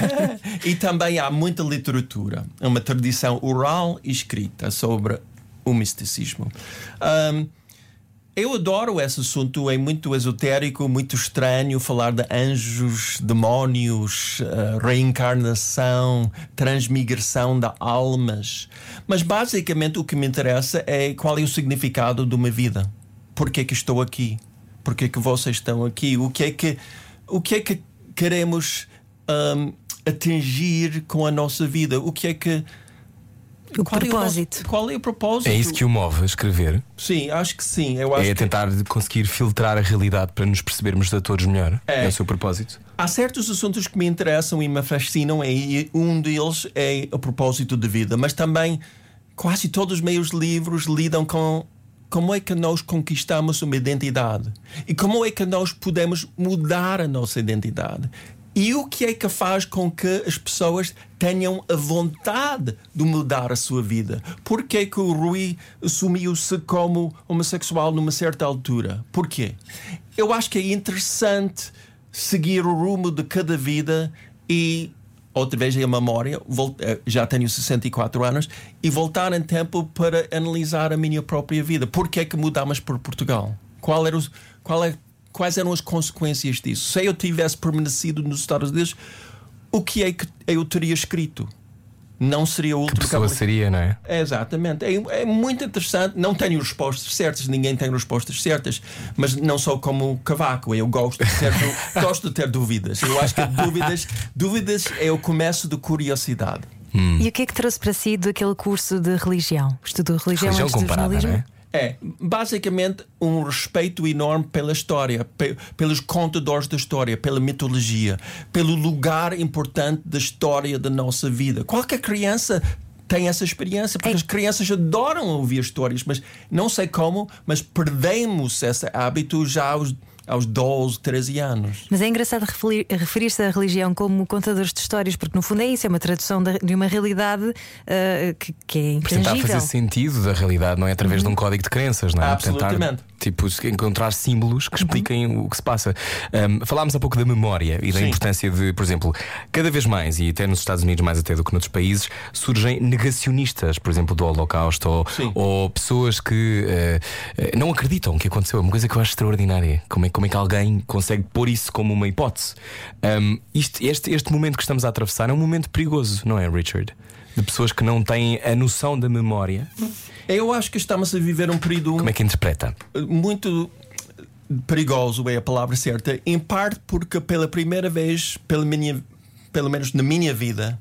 E também há muita literatura, uma tradição oral e escrita sobre o misticismo. Um, eu adoro esse assunto, é muito esotérico, muito estranho falar de anjos, demónios, uh, reencarnação, transmigração de almas. Mas basicamente o que me interessa é qual é o significado de uma vida. Por que é que estou aqui? Por que é que vocês estão aqui? O que é que, o que, é que queremos um, atingir com a nossa vida? O que é que... O qual propósito. É o nosso, qual é o propósito? É isso que o move a escrever? Sim, acho que sim. Eu acho É que... tentar conseguir filtrar a realidade para nos percebermos a todos melhor. É, é o seu propósito. Há certos assuntos que me interessam e me fascinam, e um deles é o propósito de vida. Mas também quase todos os meus livros lidam com como é que nós conquistamos uma identidade e como é que nós podemos mudar a nossa identidade. E o que é que faz com que as pessoas tenham a vontade de mudar a sua vida? Por que é que o Rui assumiu-se como homossexual numa certa altura? Porquê? Eu acho que é interessante seguir o rumo de cada vida e, outra vez em memória, já tenho sessenta e quatro anos, e voltar em tempo para analisar a minha própria vida. Por que é que mudámos para Portugal? Qual era o, qual é Quais eram as consequências disso? Se eu tivesse permanecido nos Estados Unidos, o que é que eu teria escrito? Não seria o último que pessoa seria, não é? É, exatamente. É, é muito interessante. Não tenho respostas certas, ninguém tem respostas certas, mas não sou como Cavaco. Eu gosto de ter, gosto de ter dúvidas. Eu acho que dúvidas, dúvidas é o começo de curiosidade. Hum. E o que é que trouxe para si daquele curso de religião? Estudou religião, religião antes comparada, do jornalismo? Não é? É, basicamente um respeito enorme pela história, pe- pelos contadores da história, pela mitologia, pelo lugar importante da história da nossa vida. Qualquer criança tem essa experiência, porque é. as crianças adoram ouvir histórias, mas não sei como, mas perdemos esse hábito já aos aos doze, treze anos. Mas é engraçado referir, referir-se à religião como contadores de histórias, porque no fundo é isso, é uma tradução de, de uma realidade uh, que, que é intangível. Tentar fazer sentido da realidade, não é? Através uhum. de um código de crenças, não é? Absolutamente. Tentar, tipo, encontrar símbolos que expliquem uhum. o que se passa. Um, falámos há pouco da memória e da Sim. importância de, por exemplo, cada vez mais, e até nos Estados Unidos mais até do que noutros países, surgem negacionistas, por exemplo, do Holocausto, ou, ou pessoas que uh, não acreditam que aconteceu. É uma coisa que eu acho extraordinária. Como é, como é que alguém consegue pôr isso como uma hipótese? Um, isto, este, este momento que estamos a atravessar é um momento perigoso, não é, Richard? De pessoas que não têm a noção da memória. Eu acho que estamos a viver um período... Como é que interpreta? Muito perigoso é a palavra certa. Em parte porque pela primeira vez, pela minha, pelo menos na minha vida,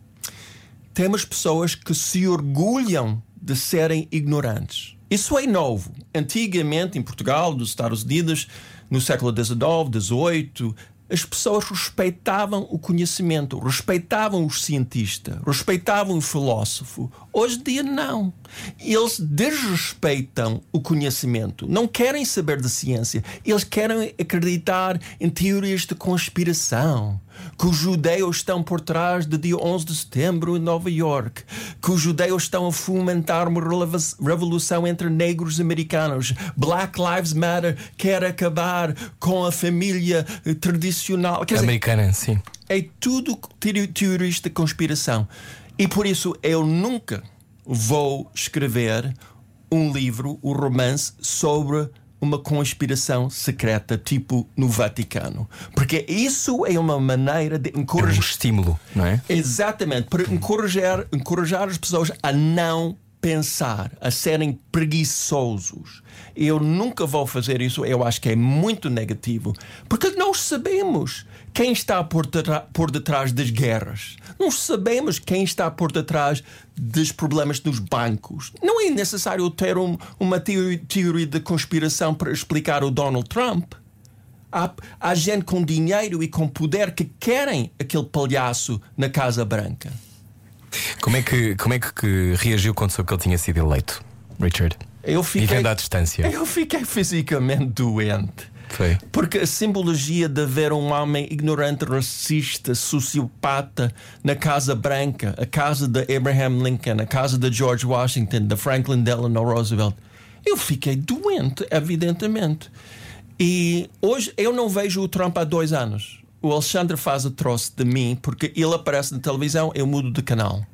temos pessoas que se orgulham de serem ignorantes. Isso é novo. Antigamente, em Portugal, nos Estados Unidos, no século dezenove, dezoito, as pessoas respeitavam o conhecimento, respeitavam o cientista, respeitavam o filósofo. Hoje em dia não. Eles desrespeitam o conhecimento, não querem saber de ciência. Eles querem acreditar em teorias de conspiração, que os judeus estão por trás do dia onze de setembro em Nova York, que os judeus estão a fomentar uma revolução entre negros americanos. Black Lives Matter quer acabar com a família tradicional. Quer americana, dizer, sim. É tudo teorias de conspiração. E por isso eu nunca vou escrever um livro, um romance sobre uma conspiração secreta, tipo no Vaticano. Porque isso é uma maneira de encorajar. É um estímulo, não é? Exatamente, para encorajar, encorajar as pessoas a não pensar, a serem preguiçosos. Eu nunca vou fazer isso, eu acho que é muito negativo, porque nós sabemos quem está por, detrás, por detrás das guerras. Nós sabemos quem está por detrás dos problemas nos bancos. Não é necessário ter um, uma teoria de conspiração para explicar o Donald Trump. Há, há gente com dinheiro e com poder que querem aquele palhaço na Casa Branca. Como é que, como é que, que reagiu quando soube que ele tinha sido eleito, Richard? Eu fiquei, Vivendo à distância. Eu fiquei fisicamente doente. Foi. Porque a simbologia de ver um homem ignorante, racista, sociopata na Casa Branca, a casa de Abraham Lincoln, a casa de George Washington, de Franklin Delano Roosevelt, eu fiquei doente, evidentemente. E hoje eu não vejo o Trump há dois anos. O Alexandre faz o troço de mim porque ele aparece na televisão, eu mudo de canal.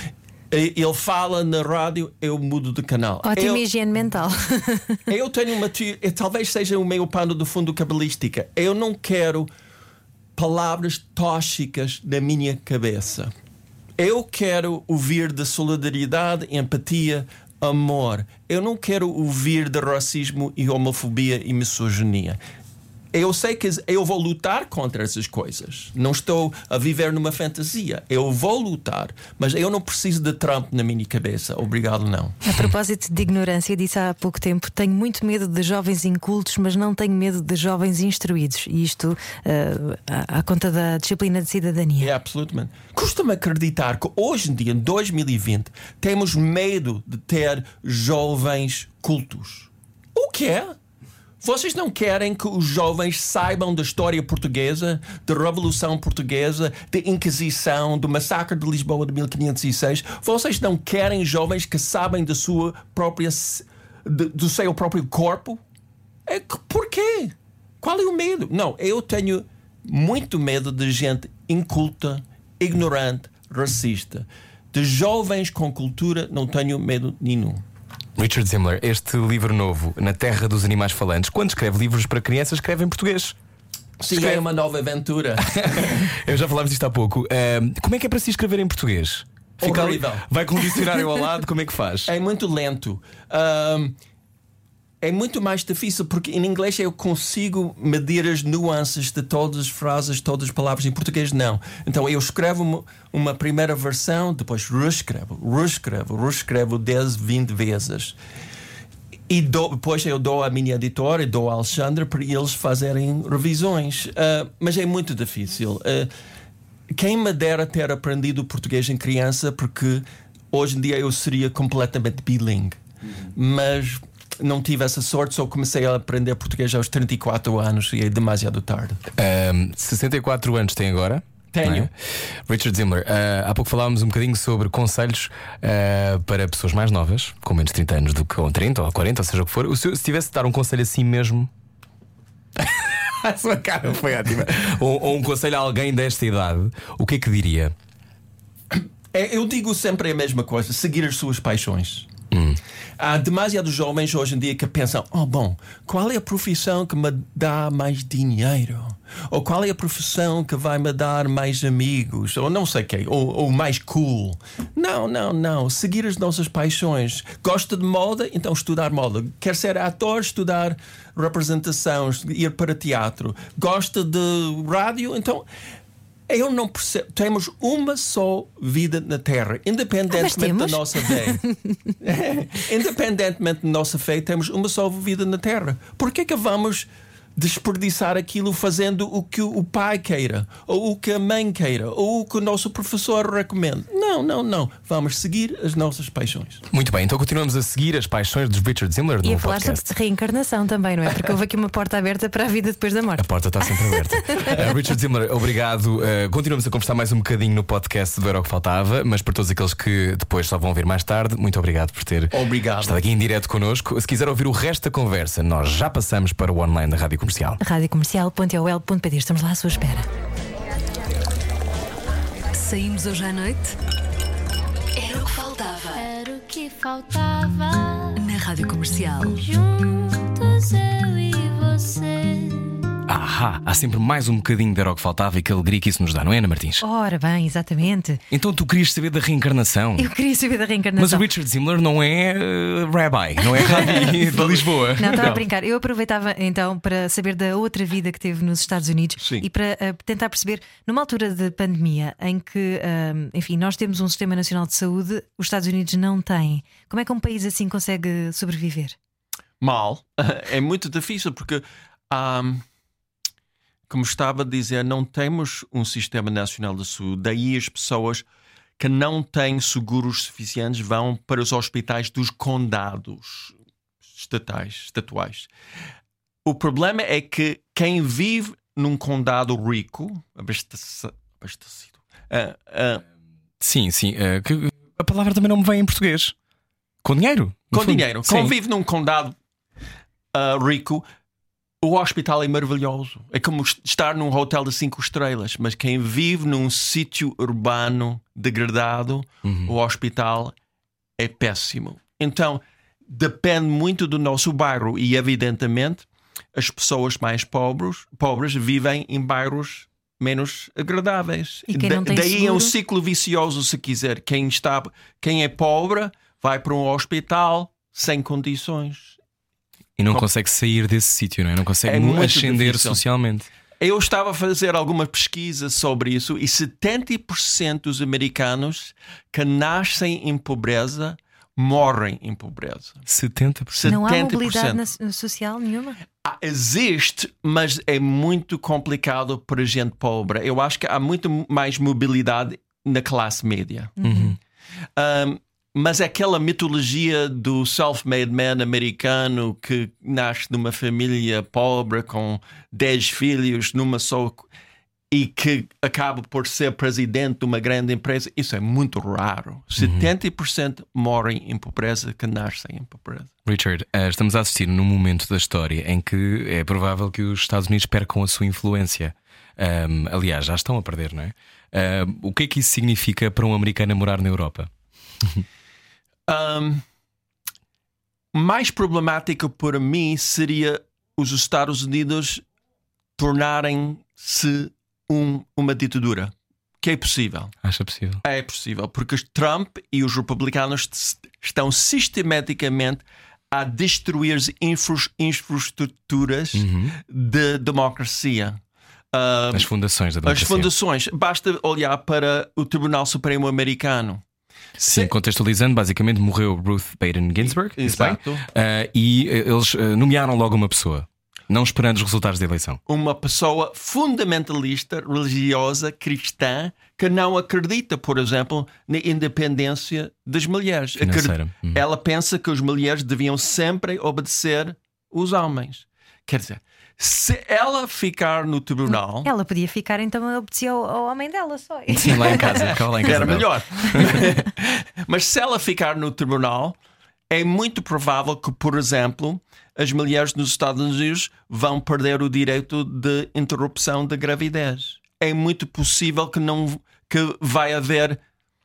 Ele fala na rádio, eu mudo de canal. Ótima eu, higiene mental. Eu tenho uma teoria, talvez seja o meu pano do fundo cabalística. Eu não quero palavras tóxicas na minha cabeça. Eu quero ouvir de solidariedade, empatia, amor. Eu não quero ouvir de racismo e homofobia e misoginia. Eu sei que eu vou lutar contra essas coisas. Não estou a viver numa fantasia. Eu vou lutar, mas eu não preciso de Trump na minha cabeça. Obrigado, não. A propósito de ignorância, disse há pouco tempo: tenho muito medo de jovens incultos, mas não tenho medo de jovens instruídos. E isto uh, à, à conta da disciplina de cidadania. É, absolutamente. Custa-me acreditar que hoje em dia, em dois mil e vinte, temos medo de ter jovens cultos. O que é? Vocês não querem que os jovens saibam da história portuguesa, da Revolução Portuguesa, da Inquisição, do Massacre de Lisboa de mil quinhentos e seis? Vocês não querem jovens que sabem da sua própria, de, do seu próprio corpo? É que, porquê? Qual é o medo? Não, eu tenho muito medo de gente inculta, ignorante, racista. De jovens com cultura não tenho medo nenhum. Richard Zimler, este livro novo, Na Terra dos Animais Falantes, quando escreve livros para crianças, escreve em português. Sim, escreve... é uma nova aventura. Eu já falámos disto há pouco. Uh, como é que é para si escrever em português? Fica ali, vai com um dicionário ao lado, como é que faz? É muito lento. Um, é muito mais difícil porque em inglês eu consigo medir as nuances de todas as frases, todas as palavras. Em português não. Então eu escrevo uma, uma primeira versão, depois reescrevo, reescrevo, reescrevo dez, vinte vezes. E dou, depois eu dou à minha editora e dou ao Alexandre para eles fazerem revisões. Uh, mas é muito difícil. Uh, quem me dera ter aprendido português em criança, porque hoje em dia eu seria completamente bilingue. Mas não tive essa sorte, só comecei a aprender português aos trinta e quatro anos e é demasiado tarde. Um, sessenta e quatro anos tem agora? Tenho. É? Richard Zimler, uh, há pouco falávamos um bocadinho sobre conselhos uh, para pessoas mais novas, com menos de trinta anos do que ou trinta ou quarenta, ou seja o que for. O seu, se tivesse de dar um conselho assim mesmo. A sua cara foi ótima. ou, ou um conselho a alguém desta idade, o que é que diria? É, eu digo sempre a mesma coisa: seguir as suas paixões. Hum. Há demasiados jovens hoje em dia que pensam: oh, bom, qual é a profissão que me dá mais dinheiro? Ou qual é a profissão que vai me dar mais amigos? Ou não sei o quê, ou, ou mais cool. Não, não, não. Seguir as nossas paixões. Gosta de moda? Então estudar moda. Quer ser ator? Estudar representação, ir para teatro. Gosta de rádio? Então... Eu não percebo. Temos uma só vida na Terra, independentemente ah, da nossa fé. é, independentemente da nossa fé, temos uma só vida na Terra. Por que é que vamos desperdiçar aquilo fazendo o que o pai queira, ou o que a mãe queira, ou o que o nosso professor recomenda? Não, não, não. Vamos seguir as nossas paixões. Muito bem, então continuamos a seguir as paixões de Richard Zimler no e a falar podcast. sobre reencarnação também, não é? Porque houve aqui uma porta aberta para a vida depois da morte. A porta está sempre aberta. uh, Richard Zimler, obrigado. Uh, continuamos a conversar mais um bocadinho no podcast do Era o que Faltava, mas para todos aqueles que depois só vão ouvir mais tarde, muito obrigado por ter obrigado. estado aqui em direto connosco. Se quiser ouvir o resto da conversa, nós já passamos para o online da Rádio Comercial. rádio comercial ponto ol ponto pt. Estamos lá à sua espera. Saímos hoje à noite? Era o que faltava. Era o que faltava. Na Rádio Comercial. Juntos eu e você. Ah, há sempre mais um bocadinho de Era o que Faltava e que alegria que isso nos dá, não é, Ana Martins? Ora bem, exatamente. Então tu querias saber da reencarnação. Eu queria saber da reencarnação. Mas o Richard Zimler não é uh, rabbi, não é rabi de Lisboa. Não, estava a brincar. Eu aproveitava então para saber da outra vida que teve nos Estados Unidos. Sim. E para uh, tentar perceber, numa altura de pandemia em que, uh, enfim, nós temos um Sistema Nacional de Saúde, os Estados Unidos não têm. Como é que um país assim consegue sobreviver? Mal. É muito difícil porque, um, como estava a dizer, não temos um Sistema Nacional de Saúde. Daí as pessoas que não têm seguros suficientes vão para os hospitais dos condados estatais, estatuais. O problema é que quem vive num condado rico, abastecido, abastecido uh, uh, Sim, sim. Uh, que, a palavra também não me vem em português. Com dinheiro? com fundo. dinheiro, Sim. quem vive num condado uh, rico, o hospital é maravilhoso. É como estar num hotel de cinco estrelas. Mas quem vive num sítio urbano degradado, uhum. o hospital é péssimo. Então, depende muito do nosso bairro. E, evidentemente, as pessoas mais pobres, pobres vivem em bairros menos agradáveis. E quem não tem Daí seguro? É um ciclo vicioso, se quiser. Quem, está, quem é pobre vai para um hospital sem condições. E não consegue sair desse sítio, não é? Não consegue É muito ascender difícil. socialmente. Eu estava a fazer alguma pesquisa sobre isso e setenta por cento dos americanos que nascem em pobreza morrem em pobreza. setenta por cento. Não há setenta por mobilidade cento. na- social nenhuma? Ah, existe, mas é muito complicado para gente pobre. Eu acho que há muito mais mobilidade na classe média. Uhum. Um, mas aquela mitologia do self-made man americano que nasce numa família pobre com dez filhos numa só e que acaba por ser presidente de uma grande empresa, isso é muito raro. setenta por cento morrem em pobreza que nascem em pobreza. Richard, uh, estamos a assistir num momento da história em que é provável que os Estados Unidos percam a sua influência. Um, aliás, já estão a perder, não é? Uh, o que é que isso significa para um americano a morar na Europa? Um, mais problemático para mim seria os Estados Unidos tornarem-se um, uma ditadura. Que é possível. Acha possível? É possível, porque Trump e os republicanos estão sistematicamente a destruir as infra infraestruturas Uhum. de democracia. Uh, As fundações da as democracia. fundações. Basta olhar para o Tribunal Supremo Americano. Sim, Se- contextualizando, basicamente morreu Ruth Bader Ginsburg, isso bem? Exato. Uh, e uh, eles uh, nomearam logo uma pessoa, não esperando os resultados da eleição. Uma pessoa fundamentalista, religiosa, cristã, que não acredita, por exemplo, na independência das mulheres. Financeira. Acred- Uhum. Ela pensa que as mulheres deviam sempre obedecer os homens. Quer dizer, se ela ficar no tribunal, Ela podia ficar então a obedecer ao, ao homem dela só. Sim, lá em casa, ficava lá em casa era dela. melhor. Mas se ela ficar no tribunal, é muito provável que, por exemplo, as mulheres nos Estados Unidos vão perder o direito de interrupção da gravidez. É muito possível que não que vai haver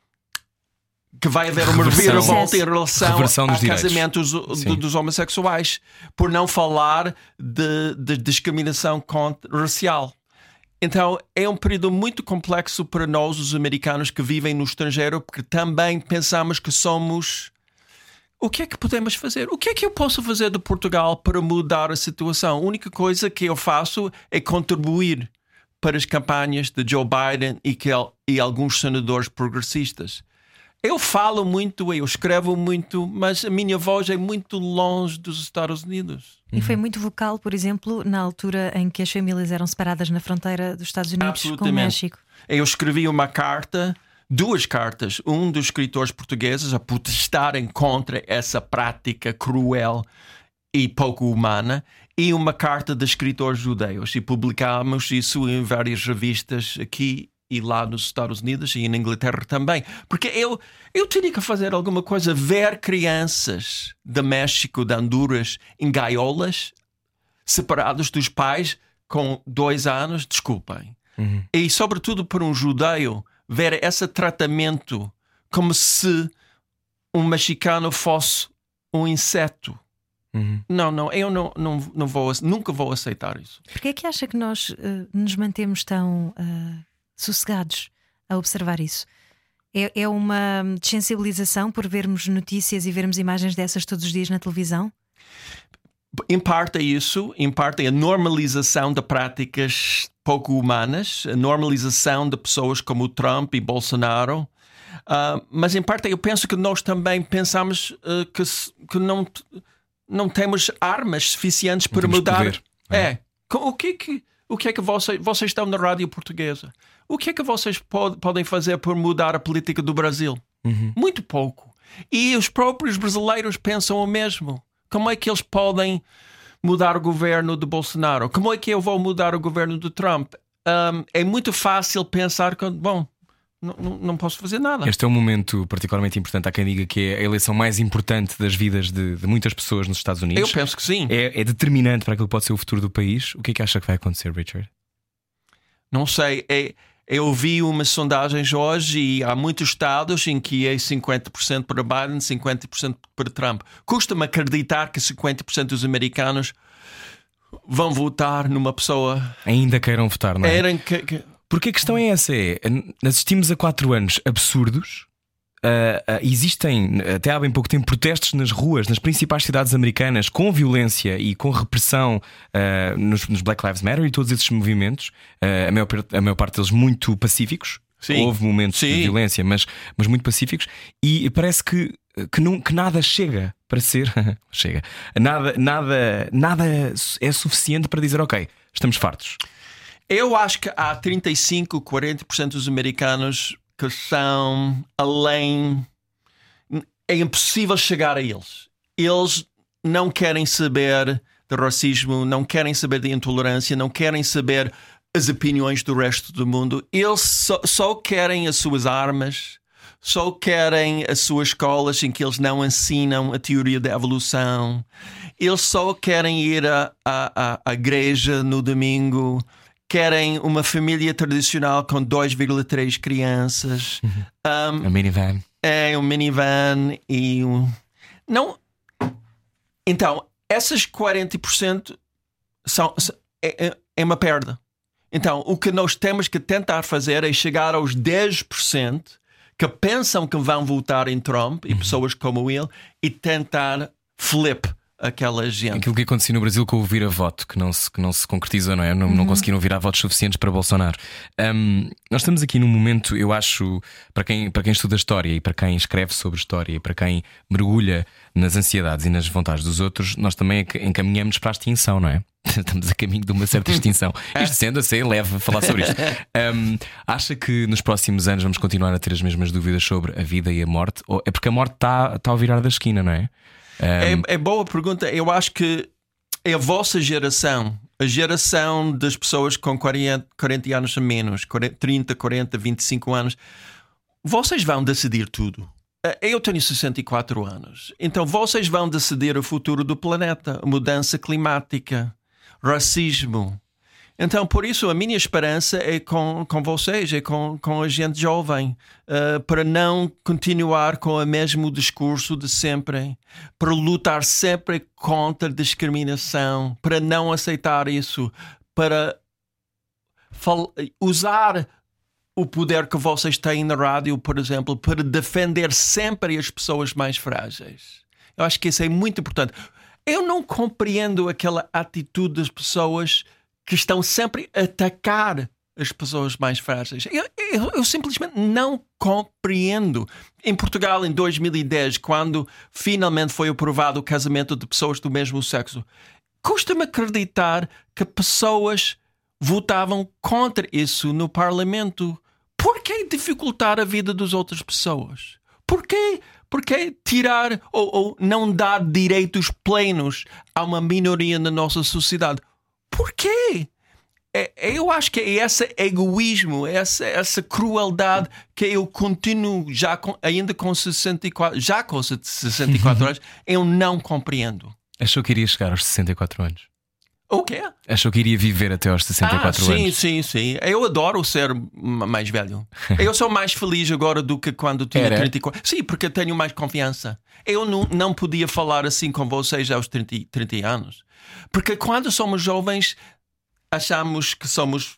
que vai haver uma Reversão. reviravolta em relação Reversão a dos direitos. casamentos do- Sim. dos homossexuais, por não falar de, de discriminação contra, racial. Então é um período muito complexo para nós, os americanos que vivem no estrangeiro, porque também pensamos que somos... O que é que podemos fazer? O que é que eu posso fazer de Portugal para mudar a situação? A única coisa que eu faço é contribuir para as campanhas de Joe Biden e, que, e alguns senadores progressistas. Eu falo muito, eu escrevo muito, mas a minha voz é muito longe dos Estados Unidos. E foi muito vocal, por exemplo, na altura em que as famílias eram separadas na fronteira dos Estados Unidos com o Absolutamente. México. Eu escrevi uma carta, duas cartas, um dos escritores portugueses a protestarem contra essa prática cruel e pouco humana, e uma carta de escritores judeus. E publicámos isso em várias revistas aqui e lá nos Estados Unidos e na Inglaterra também. Porque eu, eu tinha que fazer alguma coisa. Ver crianças de México, de Honduras, em gaiolas, separados dos pais com dois anos, desculpem. Uhum. E sobretudo para um judeu, ver esse tratamento como se um mexicano fosse um inseto. Uhum. Não, não, eu não, não, não vou, nunca vou aceitar isso. Porquê é que acha que nós uh, nos mantemos tão uh, sossegados a observar isso? É, é uma desensibilização por vermos notícias e vermos imagens dessas todos os dias na televisão? Em parte é isso, em parte é a normalização de práticas pouco humanas, a normalização de pessoas como o Trump e Bolsonaro. Uh, mas em parte eu penso que nós também pensamos uh, que, que não, não temos armas suficientes para mudar. Poder, é. é. O que é que, o que, é que vocês, vocês estão na rádio portuguesa? O que é que vocês pod, podem fazer por mudar a política do Brasil? Uhum. Muito pouco. E os próprios brasileiros pensam o mesmo. Como é que eles podem mudar o governo de Bolsonaro? Como é que eu vou mudar o governo de Trump? Um, é muito fácil pensar que, bom, não, não, não posso fazer nada. Este é um momento particularmente importante. Há quem diga que é a eleição mais importante das vidas de, de muitas pessoas nos Estados Unidos. Eu penso que sim. É, é determinante para aquilo que pode ser o futuro do país. O que é que acha que vai acontecer, Richard? Não sei. É, eu vi umas sondagens hoje e há muitos estados em que é cinquenta por cento para Biden, cinquenta por cento para Trump. Custa-me acreditar que cinquenta por cento dos americanos vão votar numa pessoa. Ainda queiram votar, não é? Eram que, que... Porque a questão é essa: é, assistimos a quatro anos absurdos. Uh, uh, existem, até há bem pouco tempo, protestos nas ruas, nas principais cidades americanas, com violência e com repressão uh, nos, nos Black Lives Matter e todos esses movimentos, uh, a, maior, a maior parte deles muito pacíficos. Sim. Houve momentos Sim. de violência, mas, mas muito pacíficos. E parece que, que, não, que nada chega para ser chega. Nada, nada, nada é suficiente para dizer ok, estamos fartos. Eu acho que há trinta e cinco, quarenta por cento dos americanos que são além. É impossível chegar a eles. Eles não querem saber de racismo, não querem saber de intolerância, não querem saber as opiniões do resto do mundo. Eles só, só querem as suas armas, só querem as suas escolas em que eles não ensinam a teoria da evolução. Eles só querem ir à, à, à igreja no domingo. Querem uma família tradicional com dois vírgula três crianças. Um, a minivan. É, um minivan e um... Não... Então, essas quarenta por cento são, é, é uma perda. Então, o que nós temos que tentar fazer é chegar aos dez por cento que pensam que vão votar em Trump e pessoas como ele e tentar flip aquela gente. Aquilo que acontecia no Brasil com o vira-voto, que não se, que não se concretizou, não é? Não, uhum. não conseguiram virar votos suficientes para Bolsonaro. Um, nós estamos aqui num momento, eu acho, para quem, para quem estuda história e para quem escreve sobre história e para quem mergulha nas ansiedades e nas vontades dos outros, nós também encaminhamos para a extinção, não é? Estamos a caminho de uma certa extinção. Isto sendo assim, leve a falar sobre isto. Um, acha que nos próximos anos vamos continuar a ter as mesmas dúvidas sobre a vida e a morte? Ou é porque a morte está, está ao virar da esquina, não é? Um... É, é boa pergunta. Eu acho que é a vossa geração, a geração das pessoas com quarenta, quarenta anos a menos, trinta, quarenta, vinte e cinco anos, vocês vão decidir tudo. Eu tenho sessenta e quatro anos, então vocês vão decidir o futuro do planeta, mudança climática, racismo. Então, por isso, a minha esperança é com, com vocês, é com, com a gente jovem, uh, para não continuar com o mesmo discurso de sempre, para lutar sempre contra a discriminação, para não aceitar isso, para usar o poder que vocês têm na rádio, por exemplo, para defender sempre as pessoas mais frágeis. Eu acho que isso é muito importante. Eu não compreendo aquela atitude das pessoas que estão sempre a atacar as pessoas mais frágeis. Eu, eu, eu simplesmente não compreendo. Em Portugal, em dois mil e dez, quando finalmente foi aprovado o casamento de pessoas do mesmo sexo, custa-me acreditar que pessoas votavam contra isso no Parlamento. Por que dificultar a vida das outras pessoas? Por que, por que tirar ou, ou não dar direitos plenos a uma minoria na nossa sociedade? Por quê? É, eu acho que é esse egoísmo, essa, essa crueldade que eu continuo, já com, ainda com sessenta e quatro, já com sessenta e quatro anos, eu não compreendo. Achou que iria chegar aos sessenta e quatro anos? O quê? Achou que iria viver até aos sessenta e quatro ah, sim, anos? Sim, sim, sim. Eu adoro ser mais velho. Eu sou mais feliz agora do que quando tinha Era? trinta e quatro. Sim, porque eu tenho mais confiança. Eu não, não podia falar assim com vocês aos trinta, trinta anos. Porque quando somos jovens, achamos que somos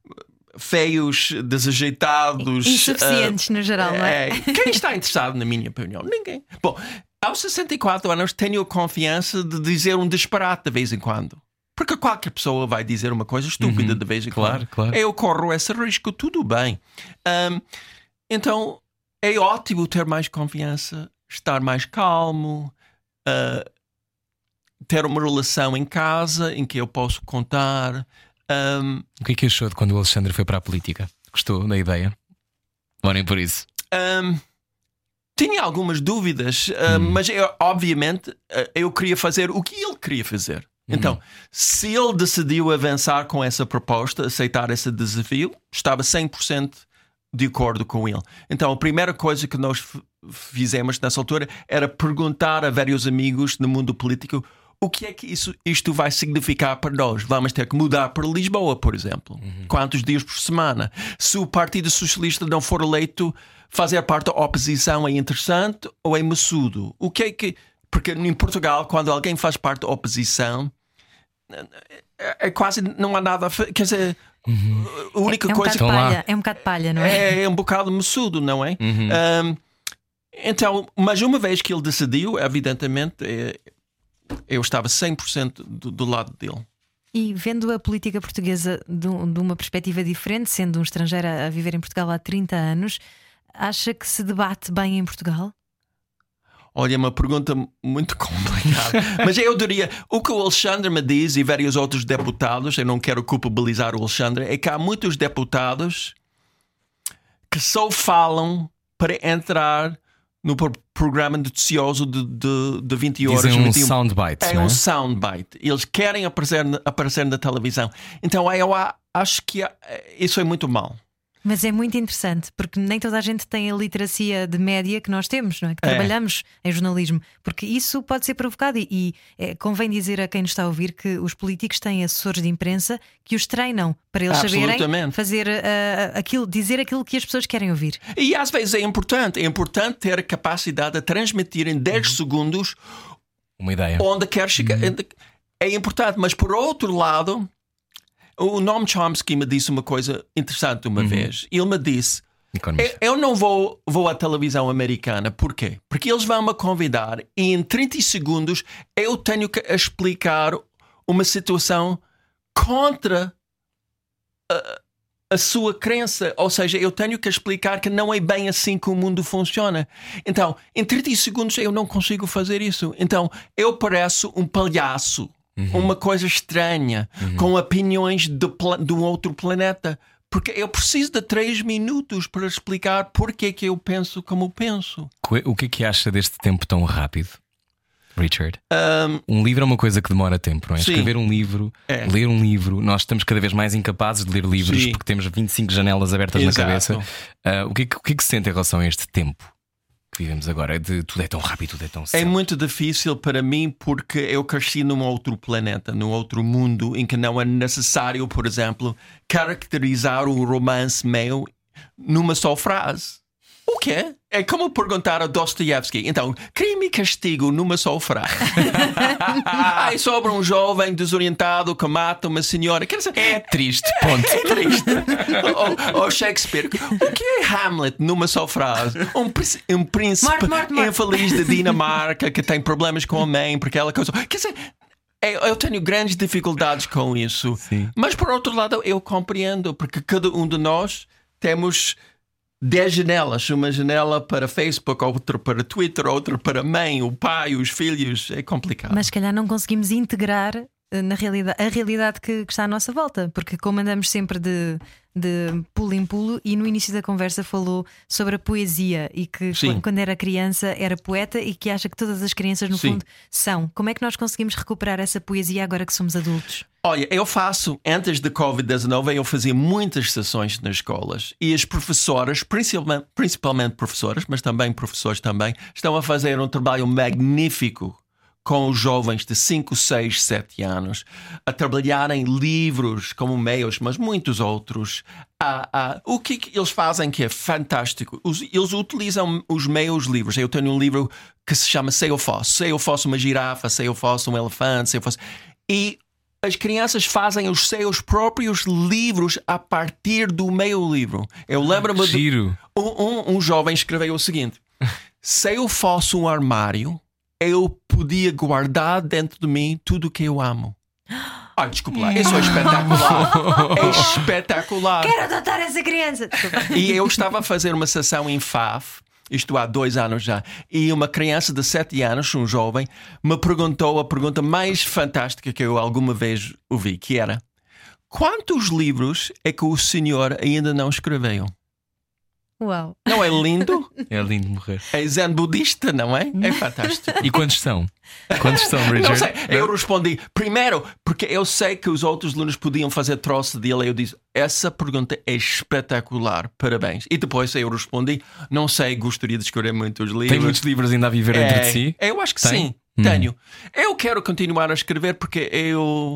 feios, desajeitados, insuficientes uh, no geral, não é? é? Quem está interessado na minha opinião? Ninguém. Bom, aos sessenta e quatro anos tenho a confiança de dizer um disparate de vez em quando. Porque qualquer pessoa vai dizer uma coisa estúpida uhum, de vez em claro, quando. Claro. Eu corro esse risco, tudo bem. Um, então é ótimo ter mais confiança, estar mais calmo, uh, ter uma relação em casa em que eu posso contar. Um, o que é que achou de quando o Alexandre foi para a política? Gostou da ideia? Olhem por isso. Um, tinha algumas dúvidas, uh, hum. mas eu, obviamente uh, eu queria fazer o que ele queria fazer. Então, uhum. se ele decidiu avançar com essa proposta, aceitar esse desafio, estava cem por cento de acordo com ele. Então, a primeira coisa que nós f- fizemos nessa altura era perguntar a vários amigos no mundo político o que é que isso, isto vai significar para nós. Vamos ter que mudar para Lisboa, por exemplo. Uhum. Quantos dias por semana? Se o Partido Socialista não for eleito, fazer parte da oposição é interessante ou é maçudo? O que é que... Porque em Portugal, quando alguém faz parte da oposição, é, é quase não há nada a fazer. Quer dizer, uhum. a única é, é um coisa que palha, é um bocado de palha, não é? É, é um bocado maçudo, não é? Uhum. Um, então, mas uma vez que ele decidiu, evidentemente, é, eu estava cem por cento do, do lado dele. E vendo a política portuguesa de, de uma perspectiva diferente, sendo um estrangeiro a viver em Portugal há trinta anos, acha que se debate bem em Portugal? Olha, é uma pergunta muito complicada. Mas eu diria, o que o Alexandre me diz e vários outros deputados, eu não quero culpabilizar o Alexandre, é que há muitos deputados que só falam para entrar no programa noticioso de, de, de vinte horas. Dizem um vinte e um soundbite, É não é? um soundbite. Eles querem aparecer, aparecer na televisão. Então eu acho que isso é muito mau. Mas é muito interessante, porque nem toda a gente tem a literacia de média que nós temos, não é? Que é. trabalhamos em jornalismo, porque isso pode ser provocado. E, e é, convém dizer a quem nos está a ouvir que os políticos têm assessores de imprensa que os treinam para eles saberem fazer uh, aquilo, dizer aquilo que as pessoas querem ouvir. E às vezes é importante, é importante ter a capacidade de transmitir em dez uhum. segundos uma ideia onde quer chegar. Uhum. É importante, mas por outro lado. O Noam Chomsky me disse uma coisa interessante uma uhum. vez. Ele me disse: eu, eu não vou, vou à televisão americana. Porquê? Porque eles vão me convidar e em trinta segundos eu tenho que explicar uma situação contra a, a sua crença. Ou seja, eu tenho que explicar que não é bem assim que o mundo funciona. Então, em trinta segundos eu não consigo fazer isso. Então, eu pareço um palhaço. Uhum. Uma coisa estranha, uhum. com opiniões de, de um outro planeta. Porque eu preciso de três minutos para explicar porque é que eu penso como penso. O que é que acha deste tempo tão rápido, Richard? Um, um livro é uma coisa que demora tempo, não é? Sim. Escrever um livro, é. ler um livro. Nós estamos cada vez mais incapazes de ler livros, sim. porque temos vinte e cinco janelas abertas Exato. na cabeça. Uh, o, que é que, o que é que se sente em relação a este tempo que vivemos agora? De, tudo é tão rápido, tudo é tão cedo. É muito difícil para mim porque eu cresci num outro planeta, num outro mundo em que não é necessário, por exemplo, caracterizar um romance meu numa só frase. O quê? É como perguntar a Dostoiévski. Então, crime e castigo numa só frase. É sobre um jovem desorientado que mata uma senhora. Quer dizer, é triste, ponto. É, é triste. ou, ou Shakespeare. O que é Hamlet numa só frase? Um, um príncipe morte, morte, morte. infeliz de Dinamarca que tem problemas com a mãe porque ela causou. Quer dizer, eu tenho grandes dificuldades com isso. Sim. Mas por outro lado, eu compreendo, porque cada um de nós temos dez janelas, uma janela para Facebook, outra para Twitter, outra para a mãe, o pai, os filhos. É complicado. Mas se calhar não conseguimos integrar na realidade, a realidade que, que está à nossa volta, porque como andamos sempre de, de pulo em pulo, e no início da conversa falou sobre a poesia e que Sim. quando era criança era poeta e que acha que todas as crianças no Sim. fundo são. Como é que nós conseguimos recuperar essa poesia agora que somos adultos? Olha, eu faço, antes de covid dezenove, eu fazia muitas sessões nas escolas e as professoras, principalmente, principalmente professoras, mas também professores também, estão a fazer um trabalho magnífico com os jovens de cinco, seis, sete anos a trabalhar em livros como meus, mas muitos outros. Ah, ah, o que, que eles fazem que é fantástico? Os, eles utilizam os meus livros. Eu tenho um livro que se chama Sei Eu Fosso. Sei Eu Fosso uma girafa, sei eu fosso um elefante, sei eu fosso... E as crianças fazem os seus próprios livros a partir do meu livro. Eu lembro-me de... Giro. Um, um, um jovem escreveu o seguinte: se eu fosse um armário, eu podia guardar dentro de mim tudo o que eu amo. Ah, desculpa lá, isso é espetacular. É espetacular. Quero adotar essa criança. Desculpa. E eu estava a fazer uma sessão em F A F, isto há dois anos já, e uma criança de sete anos, um jovem, me perguntou a pergunta mais fantástica que eu alguma vez ouvi, que era: quantos livros é que o senhor ainda não escreveu? Uau. Não é lindo? É lindo morrer. É zen budista, não é? É fantástico. E quantos são? Quantos são, Richard? Não sei, eu respondi primeiro, porque eu sei que os outros alunos podiam fazer troço dele. Eu disse: essa pergunta é espetacular, parabéns. E depois eu respondi: não sei, gostaria de escrever muitos livros. Tem muitos livros ainda a viver dentro é, de si? Eu acho que Tem? sim, Hum. tenho. Eu quero continuar a escrever porque eu...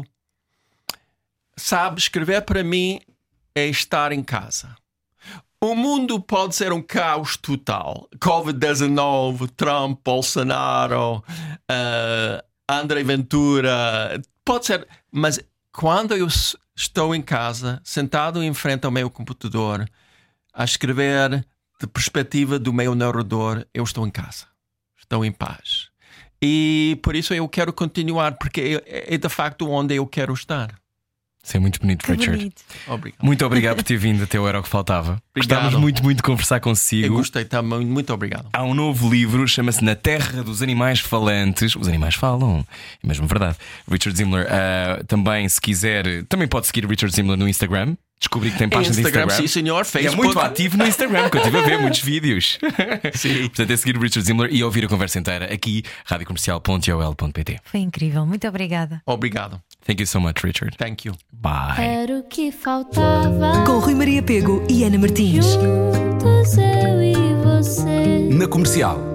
Sabe, escrever para mim é estar em casa. O mundo pode ser um caos total. covid dezenove, Trump, Bolsonaro, uh, André Ventura. Pode ser. Mas quando eu estou em casa, sentado em frente ao meu computador, a escrever de perspectiva do meu narrador, eu estou em casa. Estou em paz. E por isso eu quero continuar, porque é, é de facto onde eu quero estar. Isso é muito bonito, Que Richard. bonito. Obrigado. Muito obrigado por ter vindo até o Era o que Faltava. Obrigado. Gostávamos muito, muito de conversar Eu consigo. gostei também. Muito obrigado. Há um novo livro, chama-se Na Terra dos Animais Falantes. Os animais falam, é mesmo verdade. Richard Zimler, uh, também, se quiser, também pode seguir Richard Zimler no Instagram. Descobri que tem página Instagram, de Instagram. sim senhor, E é Facebook. muito ativo no Instagram, que eu estive a ver muitos vídeos. Sim. Portanto, é seguir o Richard Zimler e ouvir a conversa inteira aqui, rádio comercial ponto i o l ponto p t. Foi incrível, muito obrigada. Obrigado. Thank you so much, Richard. Thank you. Bye. Era o que faltava. Com Rui Maria Pego e Ana Martins. Juntos eu e você. Na Comercial.